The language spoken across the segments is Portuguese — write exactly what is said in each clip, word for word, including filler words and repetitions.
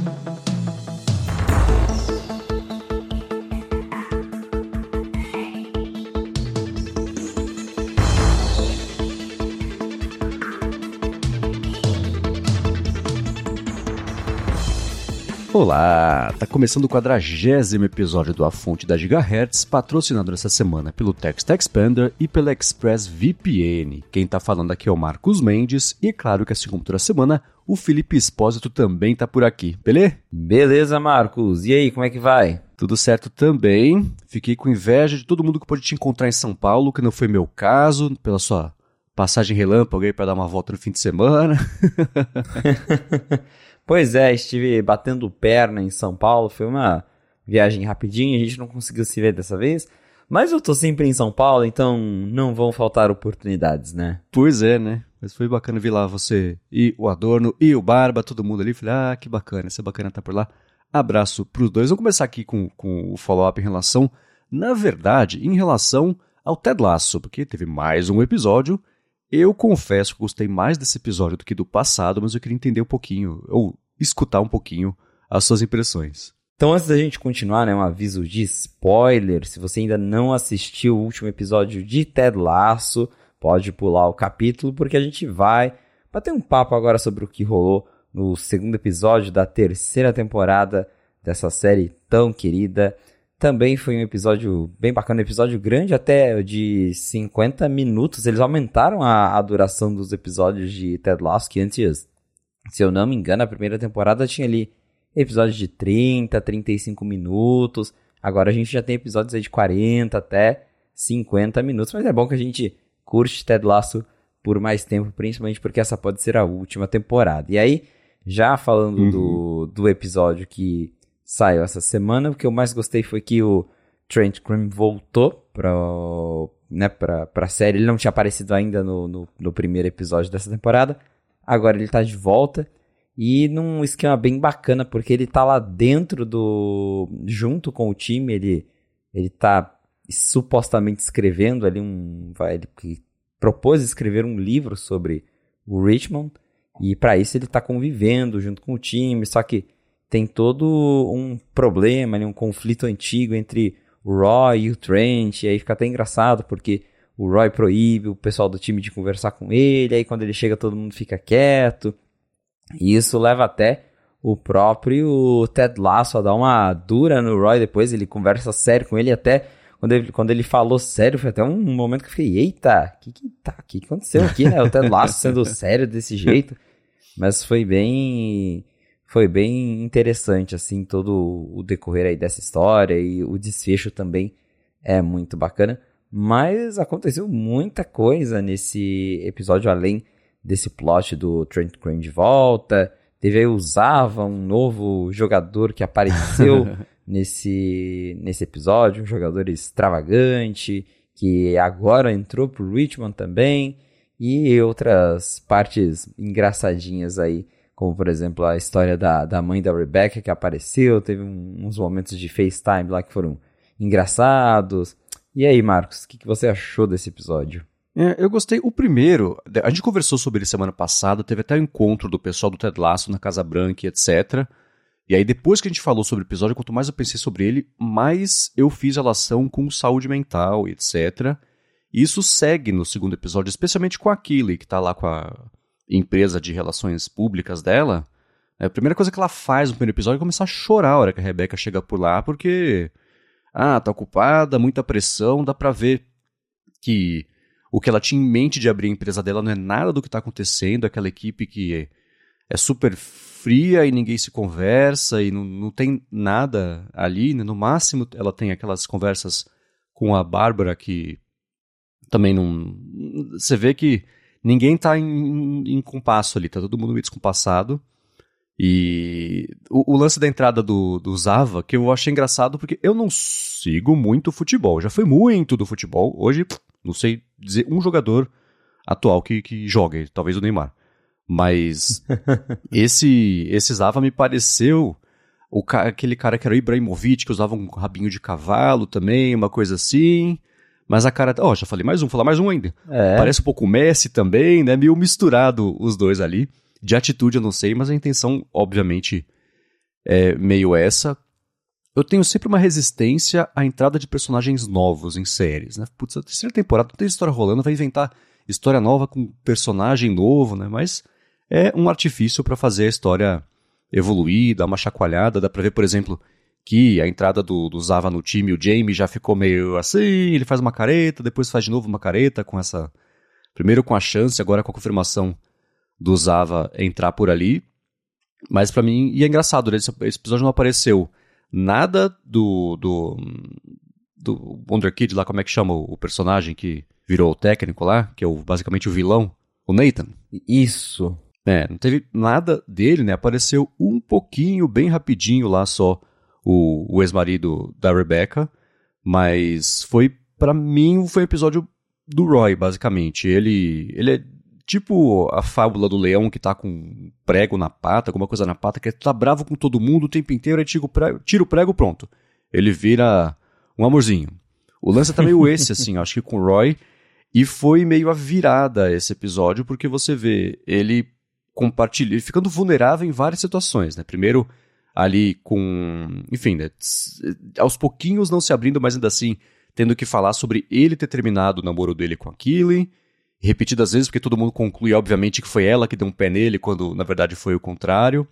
Olá, tá começando o quadragésimo episódio do A Fonte da Gigahertz, patrocinado essa semana pelo Text Expander e pela ExpressVPN. Quem tá falando aqui é o Marcos Mendes e é claro que assim como toda semana, o Felipe Espósito também tá por aqui, beleza? Beleza, Marcos. E aí, como é que vai? Tudo certo também. Fiquei com inveja de todo mundo que pôde te encontrar em São Paulo, que não foi meu caso, pela sua passagem relâmpago aí pra dar uma volta no fim de semana. Pois é, estive batendo perna em São Paulo, foi uma viagem rapidinha, a gente não conseguiu se ver dessa vez, mas eu tô sempre em São Paulo, então não vão faltar oportunidades, né? Pois é, né? Mas foi bacana ver lá você e o Adorno e o Barba, todo mundo ali, falei, ah, que bacana, isso é bacana estar por lá. Abraço pros dois. Vamos começar aqui com, com o follow-up em relação, na verdade, em relação ao Ted Lasso, porque teve mais um episódio. Eu confesso que gostei mais desse episódio do que do passado, mas eu queria entender um pouquinho, ou escutar um pouquinho as suas impressões. Então, antes da gente continuar, né, um aviso de spoiler. Se você ainda não assistiu o último episódio de Ted Lasso, pode pular o capítulo, porque a gente vai bater um papo agora sobre o que rolou no segundo episódio da terceira temporada dessa série tão querida. Também foi um episódio bem bacana, um episódio grande, até de cinquenta minutos. Eles aumentaram a, a duração dos episódios de Ted Lasso, que antes, se eu não me engano, a primeira temporada tinha ali episódios de trinta, trinta e cinco minutos. Agora a gente já tem episódios aí de quarenta até cinquenta minutos. Mas é bom que a gente curte Ted Lasso por mais tempo, principalmente porque essa pode ser a última temporada. E aí, já falando uhum. do, do episódio que saiu essa semana, o que eu mais gostei foi que o Trent Crimm voltou pra, né, pra, pra série. Ele não tinha aparecido ainda no, no, no primeiro episódio dessa temporada. Agora ele tá de volta. E num esquema bem bacana, porque ele tá lá dentro do... junto com o time, ele, ele tá supostamente escrevendo ali um... ele propôs escrever um livro sobre o Richmond. E para isso ele tá convivendo junto com o time, só que tem todo um problema, um conflito antigo entre o Roy e o Trent, e aí fica até engraçado, porque o Roy proíbe o pessoal do time de conversar com ele, aí quando ele chega todo mundo fica quieto, e isso leva até o próprio Ted Lasso a dar uma dura no Roy depois. Ele conversa sério com ele, até quando ele, quando ele falou sério, foi até um momento que eu fiquei, eita, o que que, tá, que que aconteceu aqui, né? O Ted Lasso sendo sério desse jeito, mas foi bem... Foi bem interessante, assim, todo o decorrer aí dessa história, e o desfecho também é muito bacana. Mas aconteceu muita coisa nesse episódio, além desse plot do Trent Crimm de volta. Teve aí o Zava, um novo jogador que apareceu nesse, nesse episódio, um jogador extravagante, que agora entrou pro Richmond também, e outras partes engraçadinhas aí, como, por exemplo, a história da, da mãe da Rebecca que apareceu. Teve um, uns momentos de FaceTime lá que foram engraçados. E aí, Marcos, o que, que você achou desse episódio? É, eu gostei. O primeiro, a gente conversou sobre ele semana passada, teve até o um encontro do pessoal do Ted Lasso na Casa Branca e etcétera. E aí, depois que a gente falou sobre o episódio, quanto mais eu pensei sobre ele, mais eu fiz relação com saúde mental e etcétera. E isso segue no segundo episódio, especialmente com a Keely, que tá lá com a empresa de relações públicas dela. A primeira coisa que ela faz no primeiro episódio é começar a chorar a hora que a Rebecca chega por lá, porque ah, tá ocupada, muita pressão, dá pra ver que o que ela tinha em mente de abrir a empresa dela não é nada do que tá acontecendo, aquela equipe que é super fria e ninguém se conversa e não, não tem nada ali, né? No máximo ela tem aquelas conversas com a Bárbara que também não... Você vê que ninguém tá em, em compasso ali, tá todo mundo meio descompassado. E o, o lance da entrada do, do Zava, que eu achei engraçado, porque eu não sigo muito futebol. Já fui muito do futebol. Hoje, não sei dizer um jogador atual que, que joga, talvez o Neymar. Mas esse, esse Zava me pareceu o, aquele cara que era o Ibrahimovic, que usava um rabinho de cavalo também, uma coisa assim. Mas a cara... Ó, oh, já falei mais um, vou falar mais um ainda. É. Parece um pouco o Messi também, né? Meio misturado os dois ali. De atitude eu não sei, mas a intenção, obviamente, é meio essa. Eu tenho sempre uma resistência à entrada de personagens novos em séries, né? Putz, a terceira temporada não tem história rolando, vai inventar história nova com personagem novo, né? Mas é um artifício para fazer a história evoluir, dar uma chacoalhada. Dá pra ver, por exemplo, que a entrada do, do Zava no time, o Jamie já ficou meio assim, ele faz uma careta, depois faz de novo uma careta com essa... Primeiro com a chance, agora com a confirmação do Zava entrar por ali. Mas pra mim, e é engraçado, né? esse, esse episódio não apareceu nada do, do, do Wonder Kid lá, como é que chama o, o personagem que virou o técnico lá, que é o, basicamente o vilão, o Nathan. Isso. É, não teve nada dele, né? Apareceu um pouquinho, bem rapidinho lá só, o, o ex-marido da Rebecca, mas foi, pra mim, foi um episódio do Roy, basicamente. Ele, ele é tipo a fábula do leão que tá com um prego na pata, alguma coisa na pata, que tá bravo com todo mundo o tempo inteiro, aí tira o prego, tira o prego, pronto. Ele vira um amorzinho. O lance tá meio esse, assim, acho que com o Roy, e foi meio a virada esse episódio, porque você vê ele compartilhando, ele ficando vulnerável em várias situações, né? Primeiro ali com, enfim, né? aos pouquinhos não se abrindo, mas ainda assim tendo que falar sobre ele ter terminado o namoro dele com a Keely, repetidas vezes, porque todo mundo conclui, obviamente, que foi ela que deu um pé nele, quando, na verdade, foi o contrário.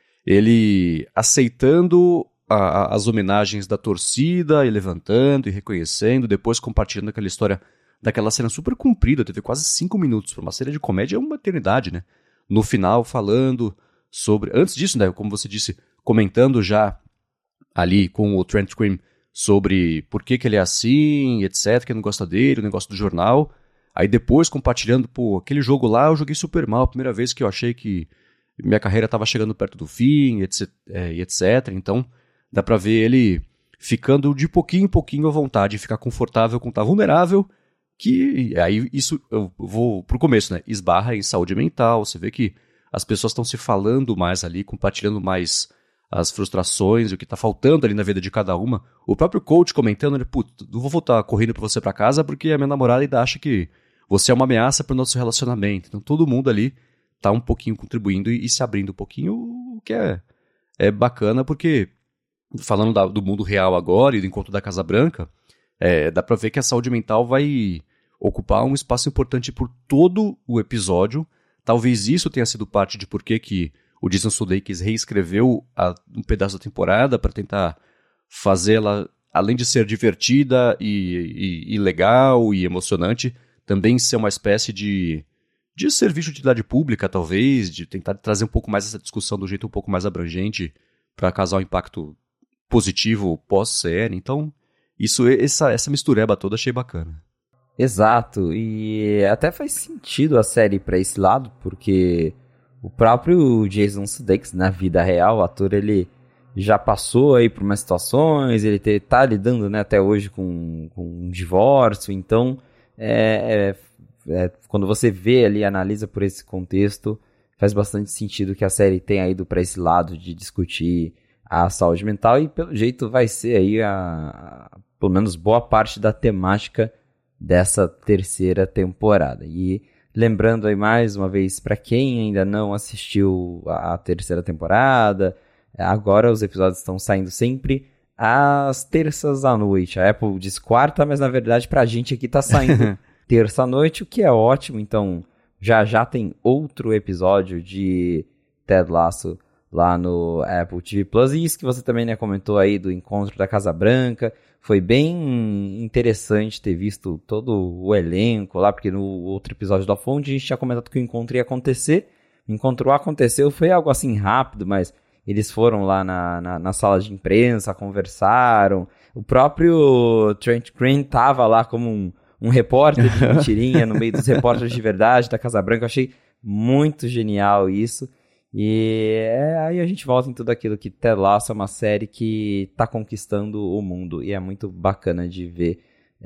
Ele aceitando a, a, as homenagens da torcida, e levantando e reconhecendo, depois compartilhando aquela história daquela cena super comprida, teve quase cinco minutos, para uma série de comédia é uma eternidade, né? No final, falando sobre... Antes disso, né, como você disse, comentando já ali com o Trent Cream sobre por que, que ele é assim, etcétera, que não gosta dele, o negócio do jornal... Aí depois compartilhando, pô, aquele jogo lá eu joguei super mal, a primeira vez que eu achei que minha carreira estava chegando perto do fim, etc, é, e etcétera. Então, dá pra ver ele ficando de pouquinho em pouquinho à vontade, ficar confortável com estar vulnerável, que aí isso, eu vou pro começo, né, esbarra em saúde mental, você vê que as pessoas estão se falando mais ali, compartilhando mais as frustrações, o que tá faltando ali na vida de cada uma. O próprio coach comentando, né, putz, não vou voltar correndo pra você pra casa porque a minha namorada ainda acha que você é uma ameaça para o nosso relacionamento. Então todo mundo ali tá um pouquinho contribuindo e, e se abrindo um pouquinho, o que é, é bacana, porque falando da, do mundo real agora e do encontro da Casa Branca, é, dá pra ver que a saúde mental vai ocupar um espaço importante por todo o episódio. Talvez isso tenha sido parte de por que que o Jason Sudeikis reescreveu a, um pedaço da temporada para tentar fazê-la, além de ser divertida e, e, e legal e emocionante, também ser uma espécie de, de serviço de utilidade pública, talvez, de tentar trazer um pouco mais essa discussão do jeito um pouco mais abrangente para causar um impacto positivo pós-série. Então, isso, essa, essa mistureba toda achei bacana. Exato, e até faz sentido a série para esse lado, porque o próprio Jason Sudeikis, na vida real, o ator, ele já passou aí por umas situações, ele te, tá lidando, né, até hoje com, com um divórcio, então é, é, é, quando você vê ali, analisa por esse contexto, faz bastante sentido que a série tenha ido para esse lado de discutir a saúde mental, e pelo jeito vai ser aí, a, a, pelo menos boa parte da temática dessa terceira temporada. E lembrando aí mais uma vez, para quem ainda não assistiu a, a terceira temporada, agora os episódios estão saindo sempre às terças à noite. A Apple diz quarta, mas na verdade pra gente aqui tá saindo terça à noite, o que é ótimo. Então já já tem outro episódio de Ted Lasso lá no Apple T V Plus. E isso que você também, né, comentou aí do encontro da Casa Branca. Foi bem interessante ter visto todo o elenco lá, porque no outro episódio da Fonte a gente tinha comentado que o encontro ia acontecer. O encontro aconteceu, foi algo assim rápido, mas eles foram lá na, na, na sala de imprensa, conversaram. O próprio Trent Green tava lá como um, um repórter de mentirinha no meio dos repórteres de verdade da Casa Branca. Eu achei muito genial isso. E é, aí a gente volta em tudo aquilo que Ted Lasso é uma série que tá conquistando o mundo. E é muito bacana de ver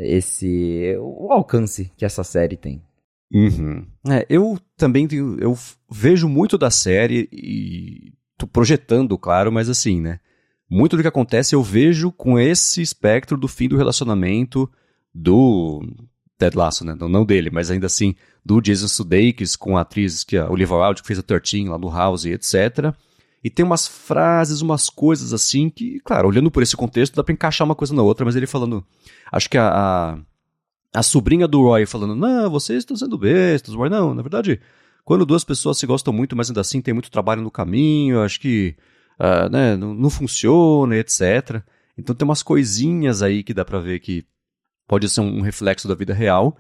esse o alcance que essa série tem. Uhum. É, eu também tenho, eu vejo muito da série e tô projetando, claro, mas assim, né? Muito do que acontece eu vejo com esse espectro do fim do relacionamento do Ted Lasso, né? Não, não dele, mas ainda assim do Jason Sudeikis com a atriz, que a Olivia Wilde, que fez a treze lá no House, etcétera. E tem umas frases, umas coisas assim que, claro, olhando por esse contexto, dá pra encaixar uma coisa na outra, mas ele falando... Acho que a, a, a sobrinha do Roy falando, não, vocês estão sendo bestas, Roy. Não, na verdade, quando duas pessoas se gostam muito, mas ainda assim tem muito trabalho no caminho, acho que uh, né, não, não funciona, etcétera. Então tem umas coisinhas aí que dá pra ver que pode ser um reflexo da vida real.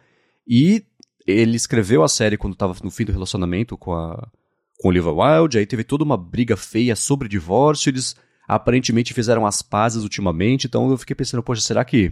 E ele escreveu a série quando estava no fim do relacionamento com a com Olivia Wilde, aí teve toda uma briga feia sobre divórcio, eles aparentemente fizeram as pazes ultimamente, então eu fiquei pensando, poxa, será que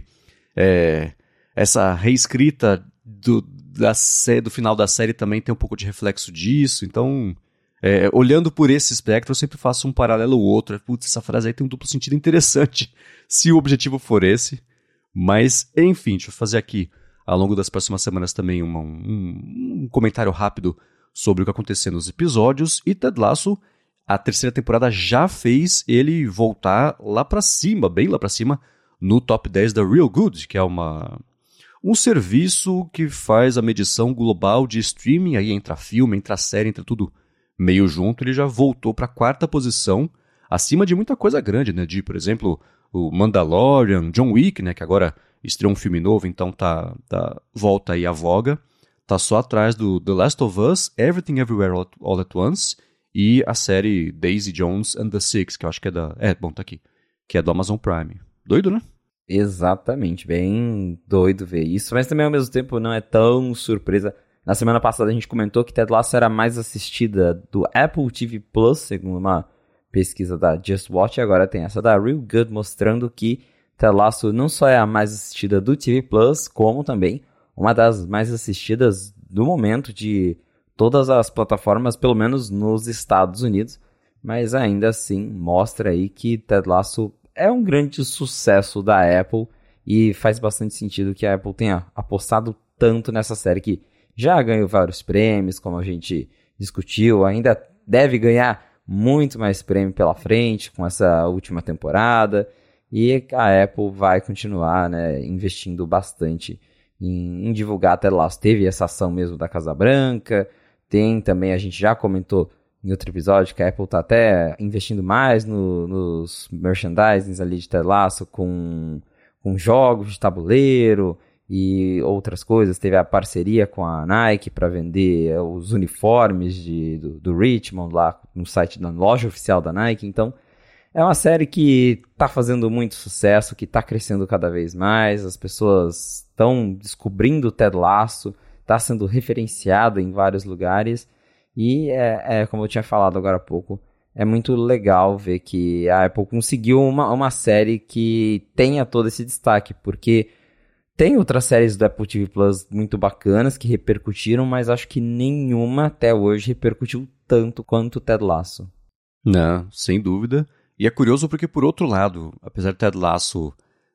é, essa reescrita do, da, do final da série também tem um pouco de reflexo disso? Então, é, olhando por esse espectro, eu sempre faço um paralelo ou outro. Putz, essa frase aí tem um duplo sentido interessante, se o objetivo for esse. Mas, enfim, deixa eu fazer aqui, ao longo das próximas semanas também, uma, um, um comentário rápido sobre o que aconteceu nos episódios. E Ted Lasso, a terceira temporada já fez ele voltar lá pra cima, bem lá pra cima, no top dez da Real Good, que é uma, um serviço que faz a medição global de streaming, aí entra filme, entra série, entra tudo meio junto. Ele já voltou pra quarta posição, acima de muita coisa grande, né? De, por exemplo, o Mandalorian, John Wick, né? Que agora estreou um filme novo, então tá, tá, volta aí a voga. Tá só atrás do The Last of Us, Everything Everywhere All at, All at Once e a série Daisy Jones and the Six, que eu acho que é da... É, bom, tá aqui. Que é do Amazon Prime. Doido, né? Exatamente, bem doido ver isso, mas também ao mesmo tempo não é tão surpresa. Na semana passada a gente comentou que Ted Lasso era a mais assistida do Apple T V Plus, segundo uma pesquisa da Just Watch, e agora tem essa da Real Good mostrando que Ted Lasso não só é a mais assistida do T V Plus, como também uma das mais assistidas do momento de todas as plataformas, pelo menos nos Estados Unidos. Mas ainda assim mostra aí que Ted Lasso é um grande sucesso da Apple e faz bastante sentido que a Apple tenha apostado tanto nessa série que já ganhou vários prêmios, como a gente discutiu, ainda deve ganhar muito mais prêmio pela frente com essa última temporada, e a Apple vai continuar, né, investindo bastante Em, em divulgar Ted Lasso. Teve essa ação mesmo da Casa Branca, tem também, a gente já comentou em outro episódio, que a Apple está até investindo mais no, nos merchandisings ali de Ted Lasso, com, com jogos de tabuleiro e outras coisas. Teve a parceria com a Nike para vender os uniformes de, do, do Richmond lá no site da loja oficial da Nike. Então é uma série que está fazendo muito sucesso, que está crescendo cada vez mais, as pessoas estão descobrindo o Ted Lasso, está sendo referenciada em vários lugares, e é, é, como eu tinha falado agora há pouco, é muito legal ver que a Apple conseguiu uma, uma série que tenha todo esse destaque, porque tem outras séries do Apple T V Plus muito bacanas que repercutiram, mas acho que nenhuma até hoje repercutiu tanto quanto o Ted Lasso. Não, sem dúvida. E é curioso porque, por outro lado, apesar de Ted Lasso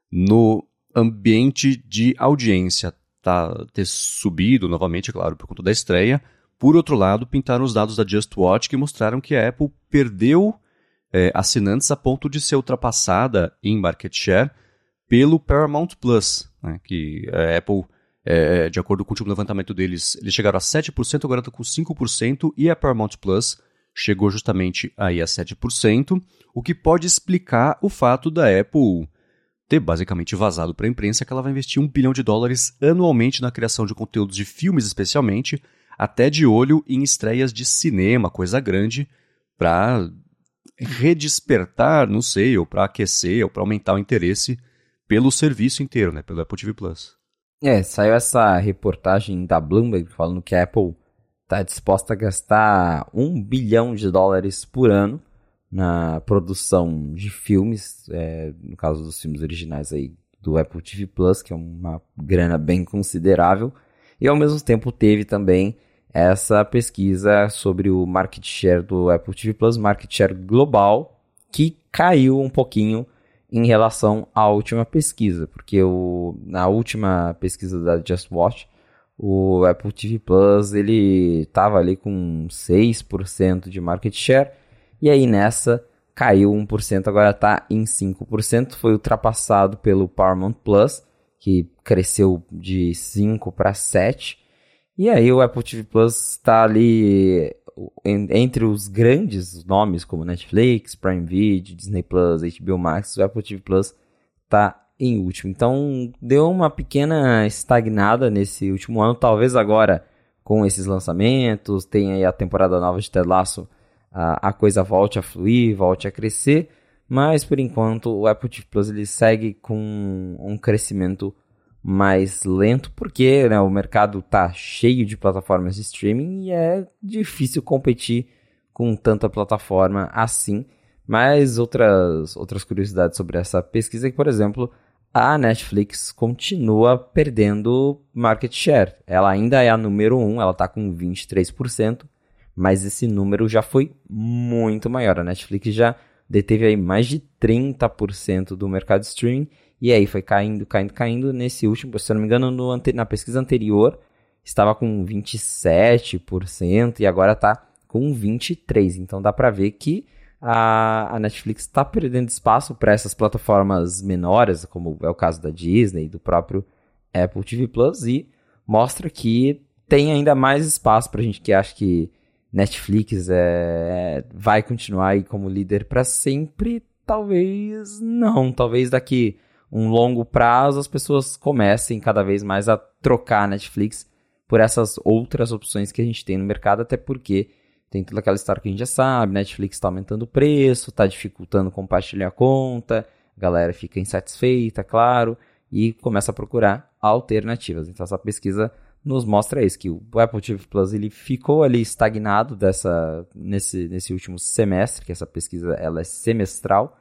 no ambiente de audiência tá, ter subido novamente, claro, por conta da estreia, por outro lado, pintaram os dados da Just Watch que mostraram que a Apple perdeu é, assinantes a ponto de ser ultrapassada em market share pelo Paramount Plus, né, que a Apple, é, de acordo com o último levantamento deles, eles chegaram a sete por cento, agora estão com cinco por cento, e a Paramount Plus chegou justamente aí a sete por cento, o que pode explicar o fato da Apple ter basicamente vazado para a imprensa que ela vai investir um bilhão de dólares anualmente na criação de conteúdos de filmes especialmente, até de olho em estreias de cinema, coisa grande, para redespertar, não sei, ou para aquecer, ou para aumentar o interesse pelo serviço inteiro, né, pelo Apple T V Plus. É, saiu essa reportagem da Bloomberg falando que a Apple está disposta a gastar um bilhão de dólares por ano na produção de filmes, é, no caso dos filmes originais aí do Apple T V Plus, que é uma grana bem considerável, e ao mesmo tempo teve também essa pesquisa sobre o market share do Apple T V Plus, market share global, que caiu um pouquinho em relação à última pesquisa, porque o, na última pesquisa da Just Watch, o Apple T V Plus ele estava ali com seis por cento de market share, e aí nessa caiu um por cento, agora está em cinco por cento, foi ultrapassado pelo Paramount Plus, que cresceu de cinco para sete, e aí o Apple T V Plus está ali entre os grandes nomes como Netflix, Prime Video, Disney Plus, H B O Max, o Apple T V Plus tá em último. Então, deu uma pequena estagnada nesse último ano. Talvez agora, com esses lançamentos, tenha aí a temporada nova de Ted Lasso, a, a coisa volte a fluir, volte a crescer. Mas, por enquanto, o Apple T V Plus ele segue com um crescimento mais lento, porque, né, o mercado tá cheio de plataformas de streaming e é difícil competir com tanta plataforma assim. Mas outras, outras curiosidades sobre essa pesquisa é que, por exemplo, a Netflix continua perdendo market share. Ela ainda é a número um, ela está com vinte e três por cento, mas esse número já foi muito maior. A Netflix já deteve aí mais de trinta por cento do mercado de streaming, e aí foi caindo, caindo, caindo. Nesse último, se eu não me engano, no, na pesquisa anterior, estava com vinte e sete por cento e agora está com vinte e três por cento. Então dá para ver que a, a Netflix está perdendo espaço para essas plataformas menores, como é o caso da Disney, do próprio Apple T V Plus, e mostra que tem ainda mais espaço para a gente que acha que Netflix é, vai continuar aí como líder para sempre. Talvez não, talvez daqui um longo prazo as pessoas comecem cada vez mais a trocar a Netflix por essas outras opções que a gente tem no mercado, até porque tem toda aquela história que a gente já sabe, Netflix está aumentando o preço, está dificultando compartilhar a conta, a galera fica insatisfeita, claro, e começa a procurar alternativas. Então essa pesquisa nos mostra isso, que o Apple T V Plus ele ficou ali estagnado dessa, nesse, nesse último semestre, que essa pesquisa ela é semestral,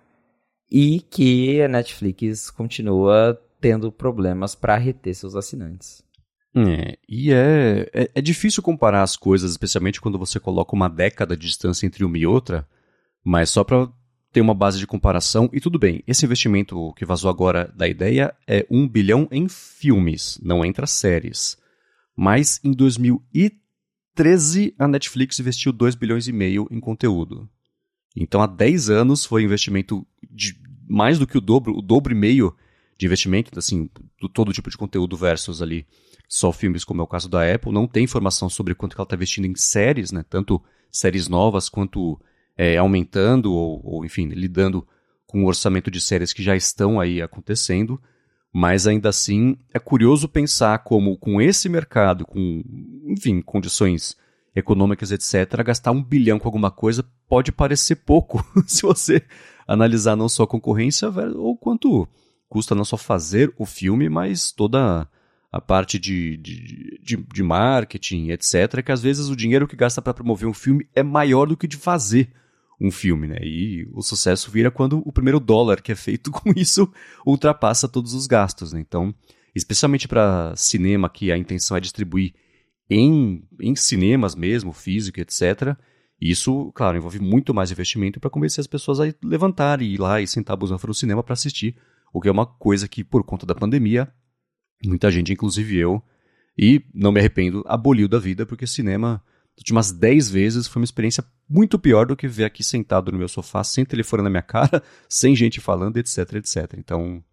e que a Netflix continua tendo problemas para reter seus assinantes. É, e é, é, é difícil comparar as coisas, especialmente quando você coloca uma década de distância entre uma e outra, mas só para ter uma base de comparação, e tudo bem, esse investimento que vazou agora da ideia é um bilhão em filmes, não entra séries. Mas em dois mil e treze a Netflix investiu dois bilhões e meio em conteúdo. Então há dez anos foi um investimento de mais do que o dobro, o dobro e meio de investimento, assim, do todo tipo de conteúdo versus ali só filmes, como é o caso da Apple. Não tem informação sobre quanto que ela está investindo em séries, né? Tanto séries novas quanto é, aumentando ou, ou, enfim, lidando com o orçamento de séries que já estão aí acontecendo. Mas ainda assim é curioso pensar como com esse mercado, com, enfim, condições econômicas, etcétera, gastar um bilhão com alguma coisa pode parecer pouco se você analisar não só a concorrência ou quanto custa não só fazer o filme, mas toda a parte de, de, de, de marketing, etcétera, que às vezes o dinheiro que gasta para promover um filme é maior do que de fazer um filme, né? E o sucesso vira quando o primeiro dólar que é feito com isso ultrapassa todos os gastos, né? Então, especialmente para cinema, que a intenção é distribuir em, em cinemas mesmo, físico, etcétera, isso, claro, envolve muito mais investimento para convencer as pessoas a levantarem e ir lá e sentar a busanfa no cinema para assistir, o que é uma coisa que, por conta da pandemia, muita gente, inclusive eu, e não me arrependo, aboliu da vida, porque cinema, nas últimas dez vezes, foi uma experiência muito pior do que ver aqui sentado no meu sofá, sem telefone na minha cara, sem gente falando, etc, etcétera. Então,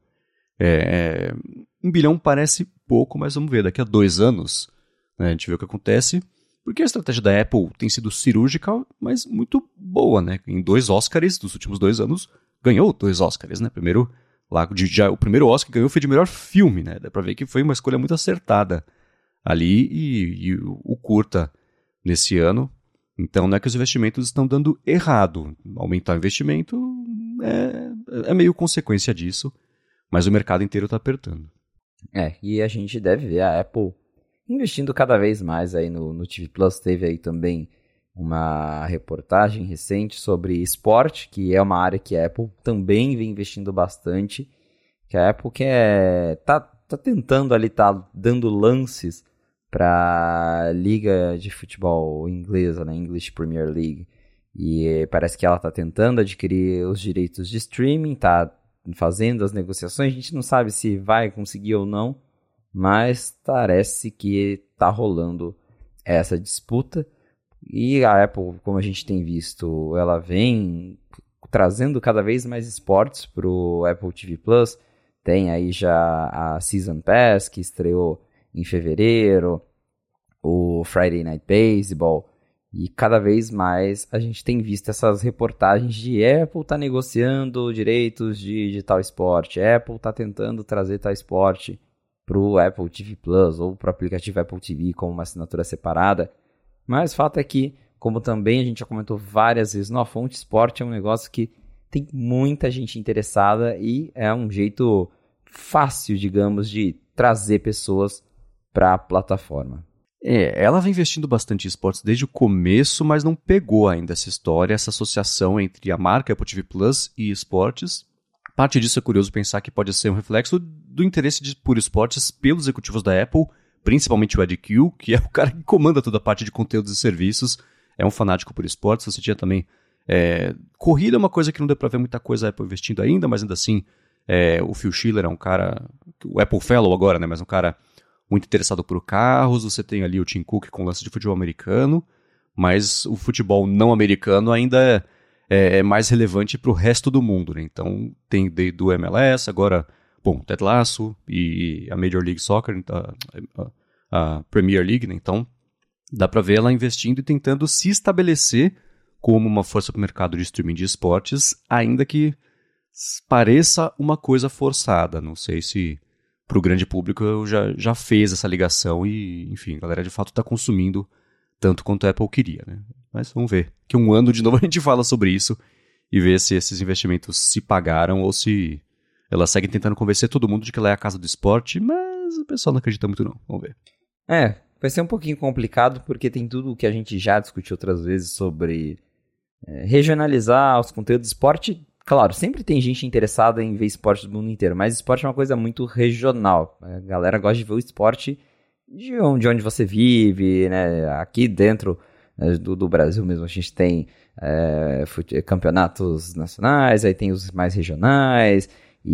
é, um bilhão parece pouco, mas vamos ver, daqui a dois anos, né, a gente vê o que acontece, porque a estratégia da Apple tem sido cirúrgica, mas muito boa, né? Em dois Oscars dos últimos dois anos, ganhou dois Oscars, né? Primeiro, lá, de, já, o primeiro Oscar que ganhou foi de melhor filme, né? Dá pra ver que foi uma escolha muito acertada ali, e, e o, o curta nesse ano. Então não é que os investimentos estão dando errado. Aumentar o investimento é, é meio consequência disso, mas o mercado inteiro está apertando. É, e a gente deve ver a Apple investindo cada vez mais aí no, no T V Plus. Teve aí também uma reportagem recente sobre esporte, que é uma área que a Apple também vem investindo bastante, que a Apple quer, tá, tá tentando ali, tá dando lances para liga de futebol inglesa, né, English Premier League, e parece que ela está tentando adquirir os direitos de streaming, está fazendo as negociações, a gente não sabe se vai conseguir ou não, mas parece que está rolando essa disputa, e a Apple, como a gente tem visto, ela vem trazendo cada vez mais esportes para o Apple T V Plus. Tem aí já a Season Pass, que estreou em fevereiro, o Friday Night Baseball, E cada vez mais a gente tem visto essas reportagens de Apple tá negociando direitos de, de tal esporte, Apple tá tentando trazer tal esporte pro Apple T V Plus ou pro aplicativo Apple T V como uma assinatura separada. Mas o fato é que, como também a gente já comentou várias vezes, no A Fonte, esporte é um negócio que tem muita gente interessada e é um jeito fácil, digamos, de trazer pessoas para a plataforma. É, ela vem investindo bastante em esportes desde o começo, mas não pegou ainda essa história, essa associação entre a marca Apple T V Plus e esportes. Parte disso é curioso pensar que pode ser um reflexo do interesse de, por esportes pelos executivos da Apple, principalmente o Ed Q, que é o cara que comanda toda a parte de conteúdos e serviços, é um fanático por esportes. Você tinha também é, corrida, é uma coisa que não deu para ver muita coisa a Apple investindo ainda, mas ainda assim é, o Phil Schiller é um cara, o Apple Fellow agora, né, mas um cara muito interessado por carros. Você tem ali o Tim Cook com lance de futebol americano, mas o futebol não americano ainda é, é mais relevante para o resto do mundo, né? Então tem do M L S, agora, bom, Ted Lasso e a Major League Soccer, a, a, a Premier League, né? Então dá para ver ela investindo e tentando se estabelecer como uma força para o mercado de streaming de esportes, ainda que pareça uma coisa forçada. Não sei se para o grande público eu já, já fez essa ligação e, enfim, a galera de fato está consumindo tanto quanto a Apple queria, né? Mas vamos ver. Que um ano de novo a gente fala sobre isso e ver se esses investimentos se pagaram ou se ela segue tentando convencer todo mundo de que ela é a casa do esporte, mas o pessoal não acredita muito não. Vamos ver. É, vai ser um pouquinho complicado porque tem tudo o que a gente já discutiu outras vezes sobre é, regionalizar os conteúdos de esporte. Claro, sempre tem gente interessada em ver esporte do mundo inteiro, mas esporte é uma coisa muito regional. A galera gosta de ver o esporte de onde, de onde você vive, né? Aqui dentro né, do, do Brasil mesmo a gente tem é, fute- campeonatos nacionais, aí tem os mais regionais,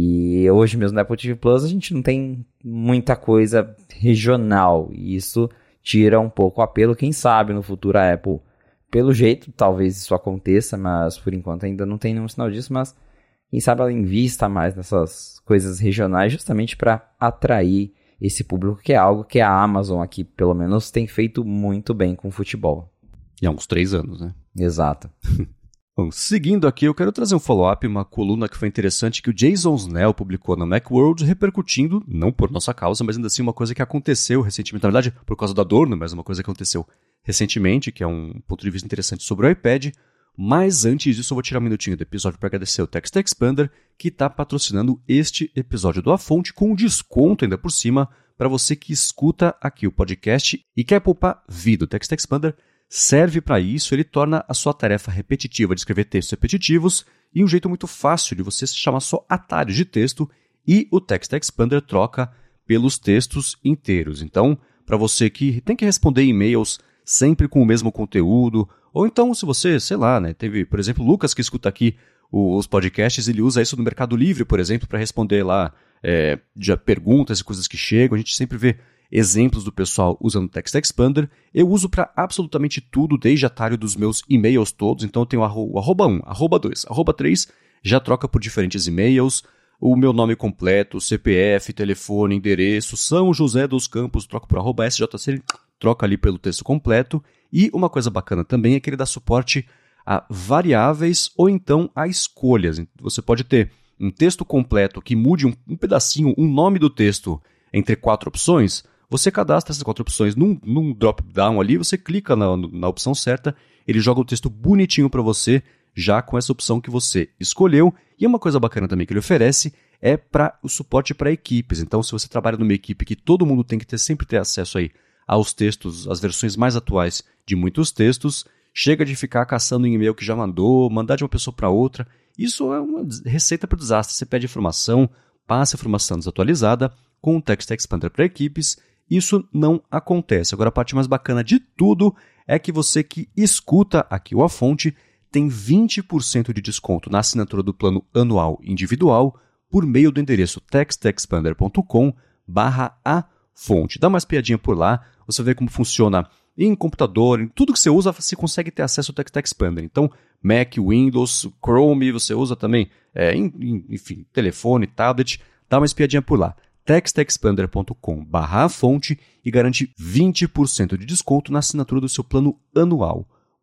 e hoje mesmo na Apple T V Plus a gente não tem muita coisa regional, e isso tira um pouco o apelo. Quem sabe no futuro a Apple, pelo jeito, talvez isso aconteça, mas por enquanto ainda não tem nenhum sinal disso, mas quem sabe ela invista mais nessas coisas regionais justamente para atrair esse público, que é algo que a Amazon aqui, pelo menos, tem feito muito bem com o futebol. E há uns três anos, né? Exato. Bom, seguindo aqui, eu quero trazer um follow-up, uma coluna que foi interessante que o Jason Snell publicou na Macworld, repercutindo, não por nossa causa, mas ainda assim uma coisa que aconteceu recentemente, na verdade, por causa do Adorno, mas uma coisa que aconteceu recentemente, que é um ponto de vista interessante sobre o iPad. Mas antes disso, eu vou tirar um minutinho do episódio para agradecer o Text Expander, que está patrocinando este episódio do A Fonte com um desconto ainda por cima para você que escuta aqui o podcast e quer poupar vida. O Text Expander serve para isso, ele torna a sua tarefa repetitiva de escrever textos repetitivos e um jeito muito fácil de você se chamar só atalhos de texto, e o Text Expander troca pelos textos inteiros. Então, para você que tem que responder e-mails sempre com o mesmo conteúdo, ou então se você, sei lá, né, teve, por exemplo, o Lucas que escuta aqui os podcasts, ele usa isso no Mercado Livre, por exemplo, para responder lá é, de perguntas e coisas que chegam. A gente sempre vê exemplos do pessoal usando o Text Expander. Eu uso para absolutamente tudo, desde atalho dos meus e-mails todos. Então eu tenho o arroba um, arroba dois, arroba três, já troca por diferentes e-mails. O meu nome completo, C P F, telefone, endereço, São José dos Campos, troca por arroba S J C, troca ali pelo texto completo. E uma coisa bacana também é que ele dá suporte a variáveis ou então a escolhas. Você pode ter um texto completo que mude um, um pedacinho, um nome do texto entre quatro opções. Você cadastra essas quatro opções num, num drop-down ali, você clica na, na opção certa, ele joga o texto bonitinho para você, já com essa opção que você escolheu. E uma coisa bacana também que ele oferece é para o suporte para equipes. Então, se você trabalha numa equipe que todo mundo tem que ter, sempre ter acesso aí aos textos, as versões mais atuais de muitos textos, chega de ficar caçando em e-mail que já mandou, mandar de uma pessoa para outra. Isso é uma receita para o desastre. Você pede informação, passa a informação desatualizada com o Text Expander para equipes. Isso não acontece. Agora, a parte mais bacana de tudo é que você que escuta aqui o A Fonte tem vinte por cento de desconto na assinatura do plano anual individual por meio do endereço textexpander ponto com barra a fonte. Dá mais piadinha por lá, você vê como funciona em computador, em tudo que você usa, você consegue ter acesso ao Text Expander. Então, Mac, Windows, Chrome, você usa também, é, enfim, telefone, tablet, dá uma espiadinha por lá. textexpander ponto com barra a fonte e garante vinte por cento de desconto na assinatura do seu plano anual.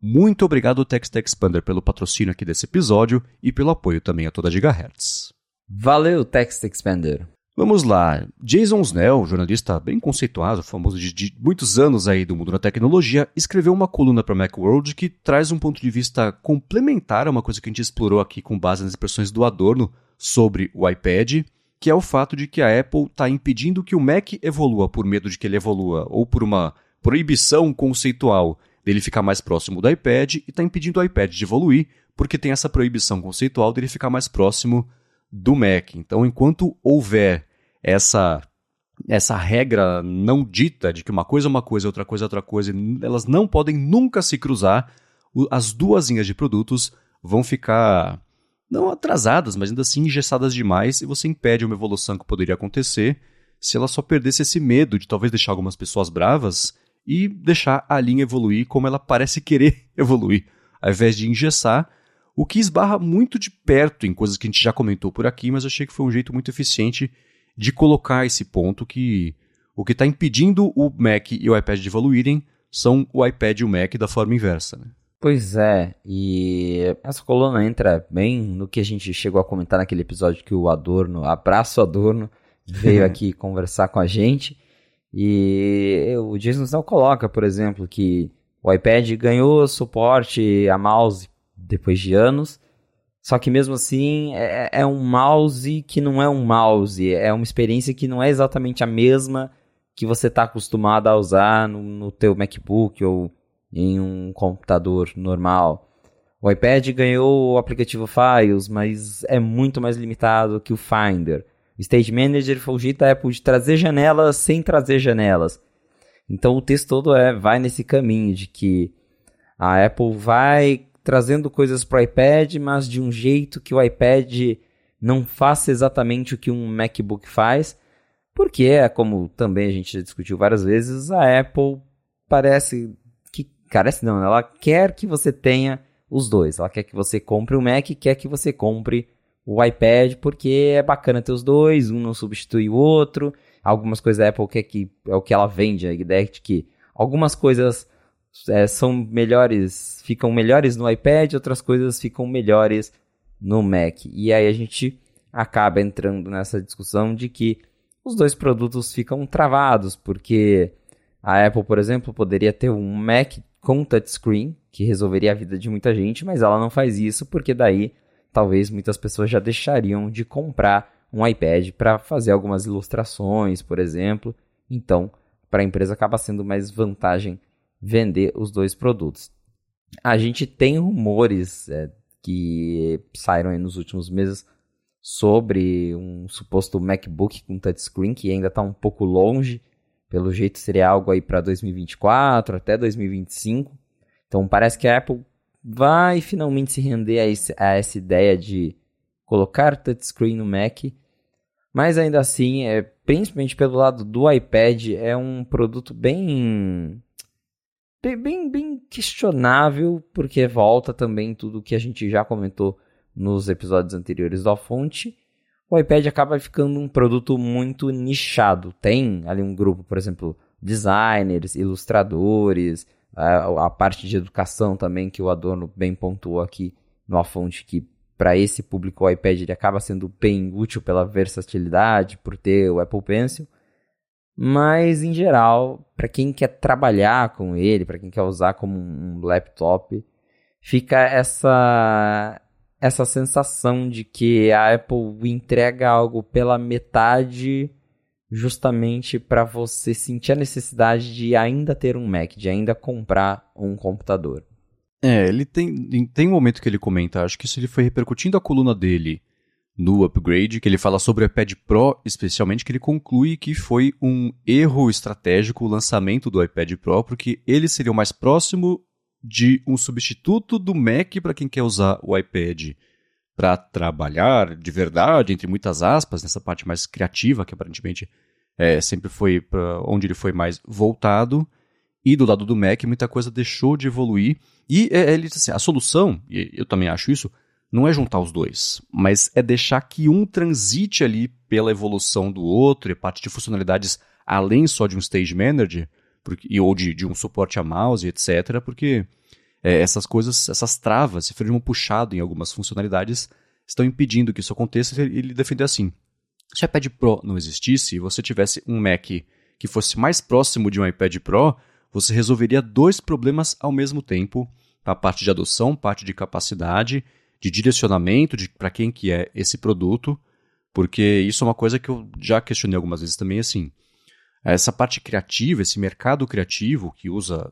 Muito obrigado, Text Expander, pelo patrocínio aqui desse episódio e pelo apoio também a toda a Gigahertz. Valeu, Text Expander. Vamos lá. Jason Snell, jornalista bem conceituado, famoso de, de muitos anos aí do mundo da tecnologia, escreveu uma coluna para Macworld que traz um ponto de vista complementar a uma coisa que a gente explorou aqui com base nas impressões do Adorno sobre o iPad, que é o fato de que a Apple está impedindo que o Mac evolua por medo de que ele evolua ou por uma proibição conceitual dele ficar mais próximo do iPad e está impedindo o iPad de evoluir porque tem essa proibição conceitual dele ficar mais próximo do Mac. Então, enquanto houver essa, essa regra não dita de que uma coisa é uma coisa, outra coisa é outra coisa, elas não podem nunca se cruzar, as duas linhas de produtos vão ficar, não atrasadas, mas ainda assim engessadas demais, e você impede uma evolução que poderia acontecer se ela só perdesse esse medo de talvez deixar algumas pessoas bravas e deixar a linha evoluir como ela parece querer evoluir, ao invés de engessar, o que esbarra muito de perto em coisas que a gente já comentou por aqui, mas eu achei que foi um jeito muito eficiente de colocar esse ponto que o que está impedindo o Mac e o iPad de evoluírem são o iPad e o Mac da forma inversa, né? Pois é, e essa coluna entra bem no que a gente chegou a comentar naquele episódio que o Adorno, abraço Adorno, veio aqui conversar com a gente. E o Jason Snell coloca, por exemplo, que o iPad ganhou suporte a mouse depois de anos, só que mesmo assim é, é um mouse que não é um mouse, é uma experiência que não é exatamente a mesma que você está acostumado a usar no, no teu MacBook ou em um computador normal. O iPad ganhou o aplicativo Files, mas é muito mais limitado que o Finder. O Stage Manager foi o jeito da Apple de trazer janelas sem trazer janelas. Então o texto todo é, vai nesse caminho de que a Apple vai trazendo coisas para o iPad, mas de um jeito que o iPad não faça exatamente o que um MacBook faz, porque é como também a gente já discutiu várias vezes, a Apple parece que, parece não, ela quer que você tenha os dois, ela quer que você compre o Mac e quer que você compre o iPad, porque é bacana ter os dois, um não substitui o outro, algumas coisas da Apple quer que, é o que ela vende, a ideia de que algumas coisas É, são melhores, ficam melhores no iPad, outras coisas ficam melhores no Mac. E aí a gente acaba entrando nessa discussão de que os dois produtos ficam travados, porque a Apple, por exemplo, poderia ter um Mac com touchscreen, que resolveria a vida de muita gente, mas ela não faz isso, porque daí talvez muitas pessoas já deixariam de comprar um iPad para fazer algumas ilustrações, por exemplo. Então, para a empresa acaba sendo mais vantagem vender os dois produtos. A gente tem rumores é, que saíram aí nos últimos meses sobre um suposto MacBook com touchscreen, que ainda está um pouco longe, pelo jeito seria algo aí para dois mil e vinte e quatro, até dois mil e vinte e cinco. Então parece que a Apple vai finalmente se render a, esse, a essa ideia de colocar touchscreen no Mac, mas ainda assim, é, principalmente pelo lado do iPad, é um produto bem... Bem, bem questionável, porque volta também tudo que a gente já comentou nos episódios anteriores da fonte. O iPad acaba ficando um produto muito nichado. Tem ali um grupo, por exemplo, designers, ilustradores, a, a parte de educação também, que o Adorno bem pontuou aqui no fonte, que para esse público o iPad ele acaba sendo bem útil pela versatilidade, por ter o Apple Pencil. Mas, em geral, para quem quer trabalhar com ele, para quem quer usar como um laptop, fica essa, essa sensação de que a Apple entrega algo pela metade justamente para você sentir a necessidade de ainda ter um Mac, de ainda comprar um computador. É, ele tem, tem um momento que ele comenta, acho que isso ele foi repercutindo a coluna dele no Upgrade, que ele fala sobre o iPad Pro, especialmente, que ele conclui que foi um erro estratégico o lançamento do iPad Pro, porque ele seria o mais próximo de um substituto do Mac para quem quer usar o iPad para trabalhar de verdade, entre muitas aspas, nessa parte mais criativa, que aparentemente é, sempre foi para onde ele foi mais voltado, e do lado do Mac muita coisa deixou de evoluir, e é, ele disse assim, a solução, e eu também acho isso, não é juntar os dois, mas é deixar que um transite ali pela evolução do outro, e parte de funcionalidades além só de um Stage Manager, porque, ou de, de um suporte a mouse, etcétera, porque é, essas coisas, essas travas, esse freio de mão puxado em algumas funcionalidades estão impedindo que isso aconteça. E ele defendeu assim: se o iPad Pro não existisse e você tivesse um Mac que fosse mais próximo de um iPad Pro, você resolveria dois problemas ao mesmo tempo, a parte de adoção, parte de capacidade, de direcionamento para quem que é esse produto, porque isso é uma coisa que eu já questionei algumas vezes também, assim, essa parte criativa, esse mercado criativo que usa,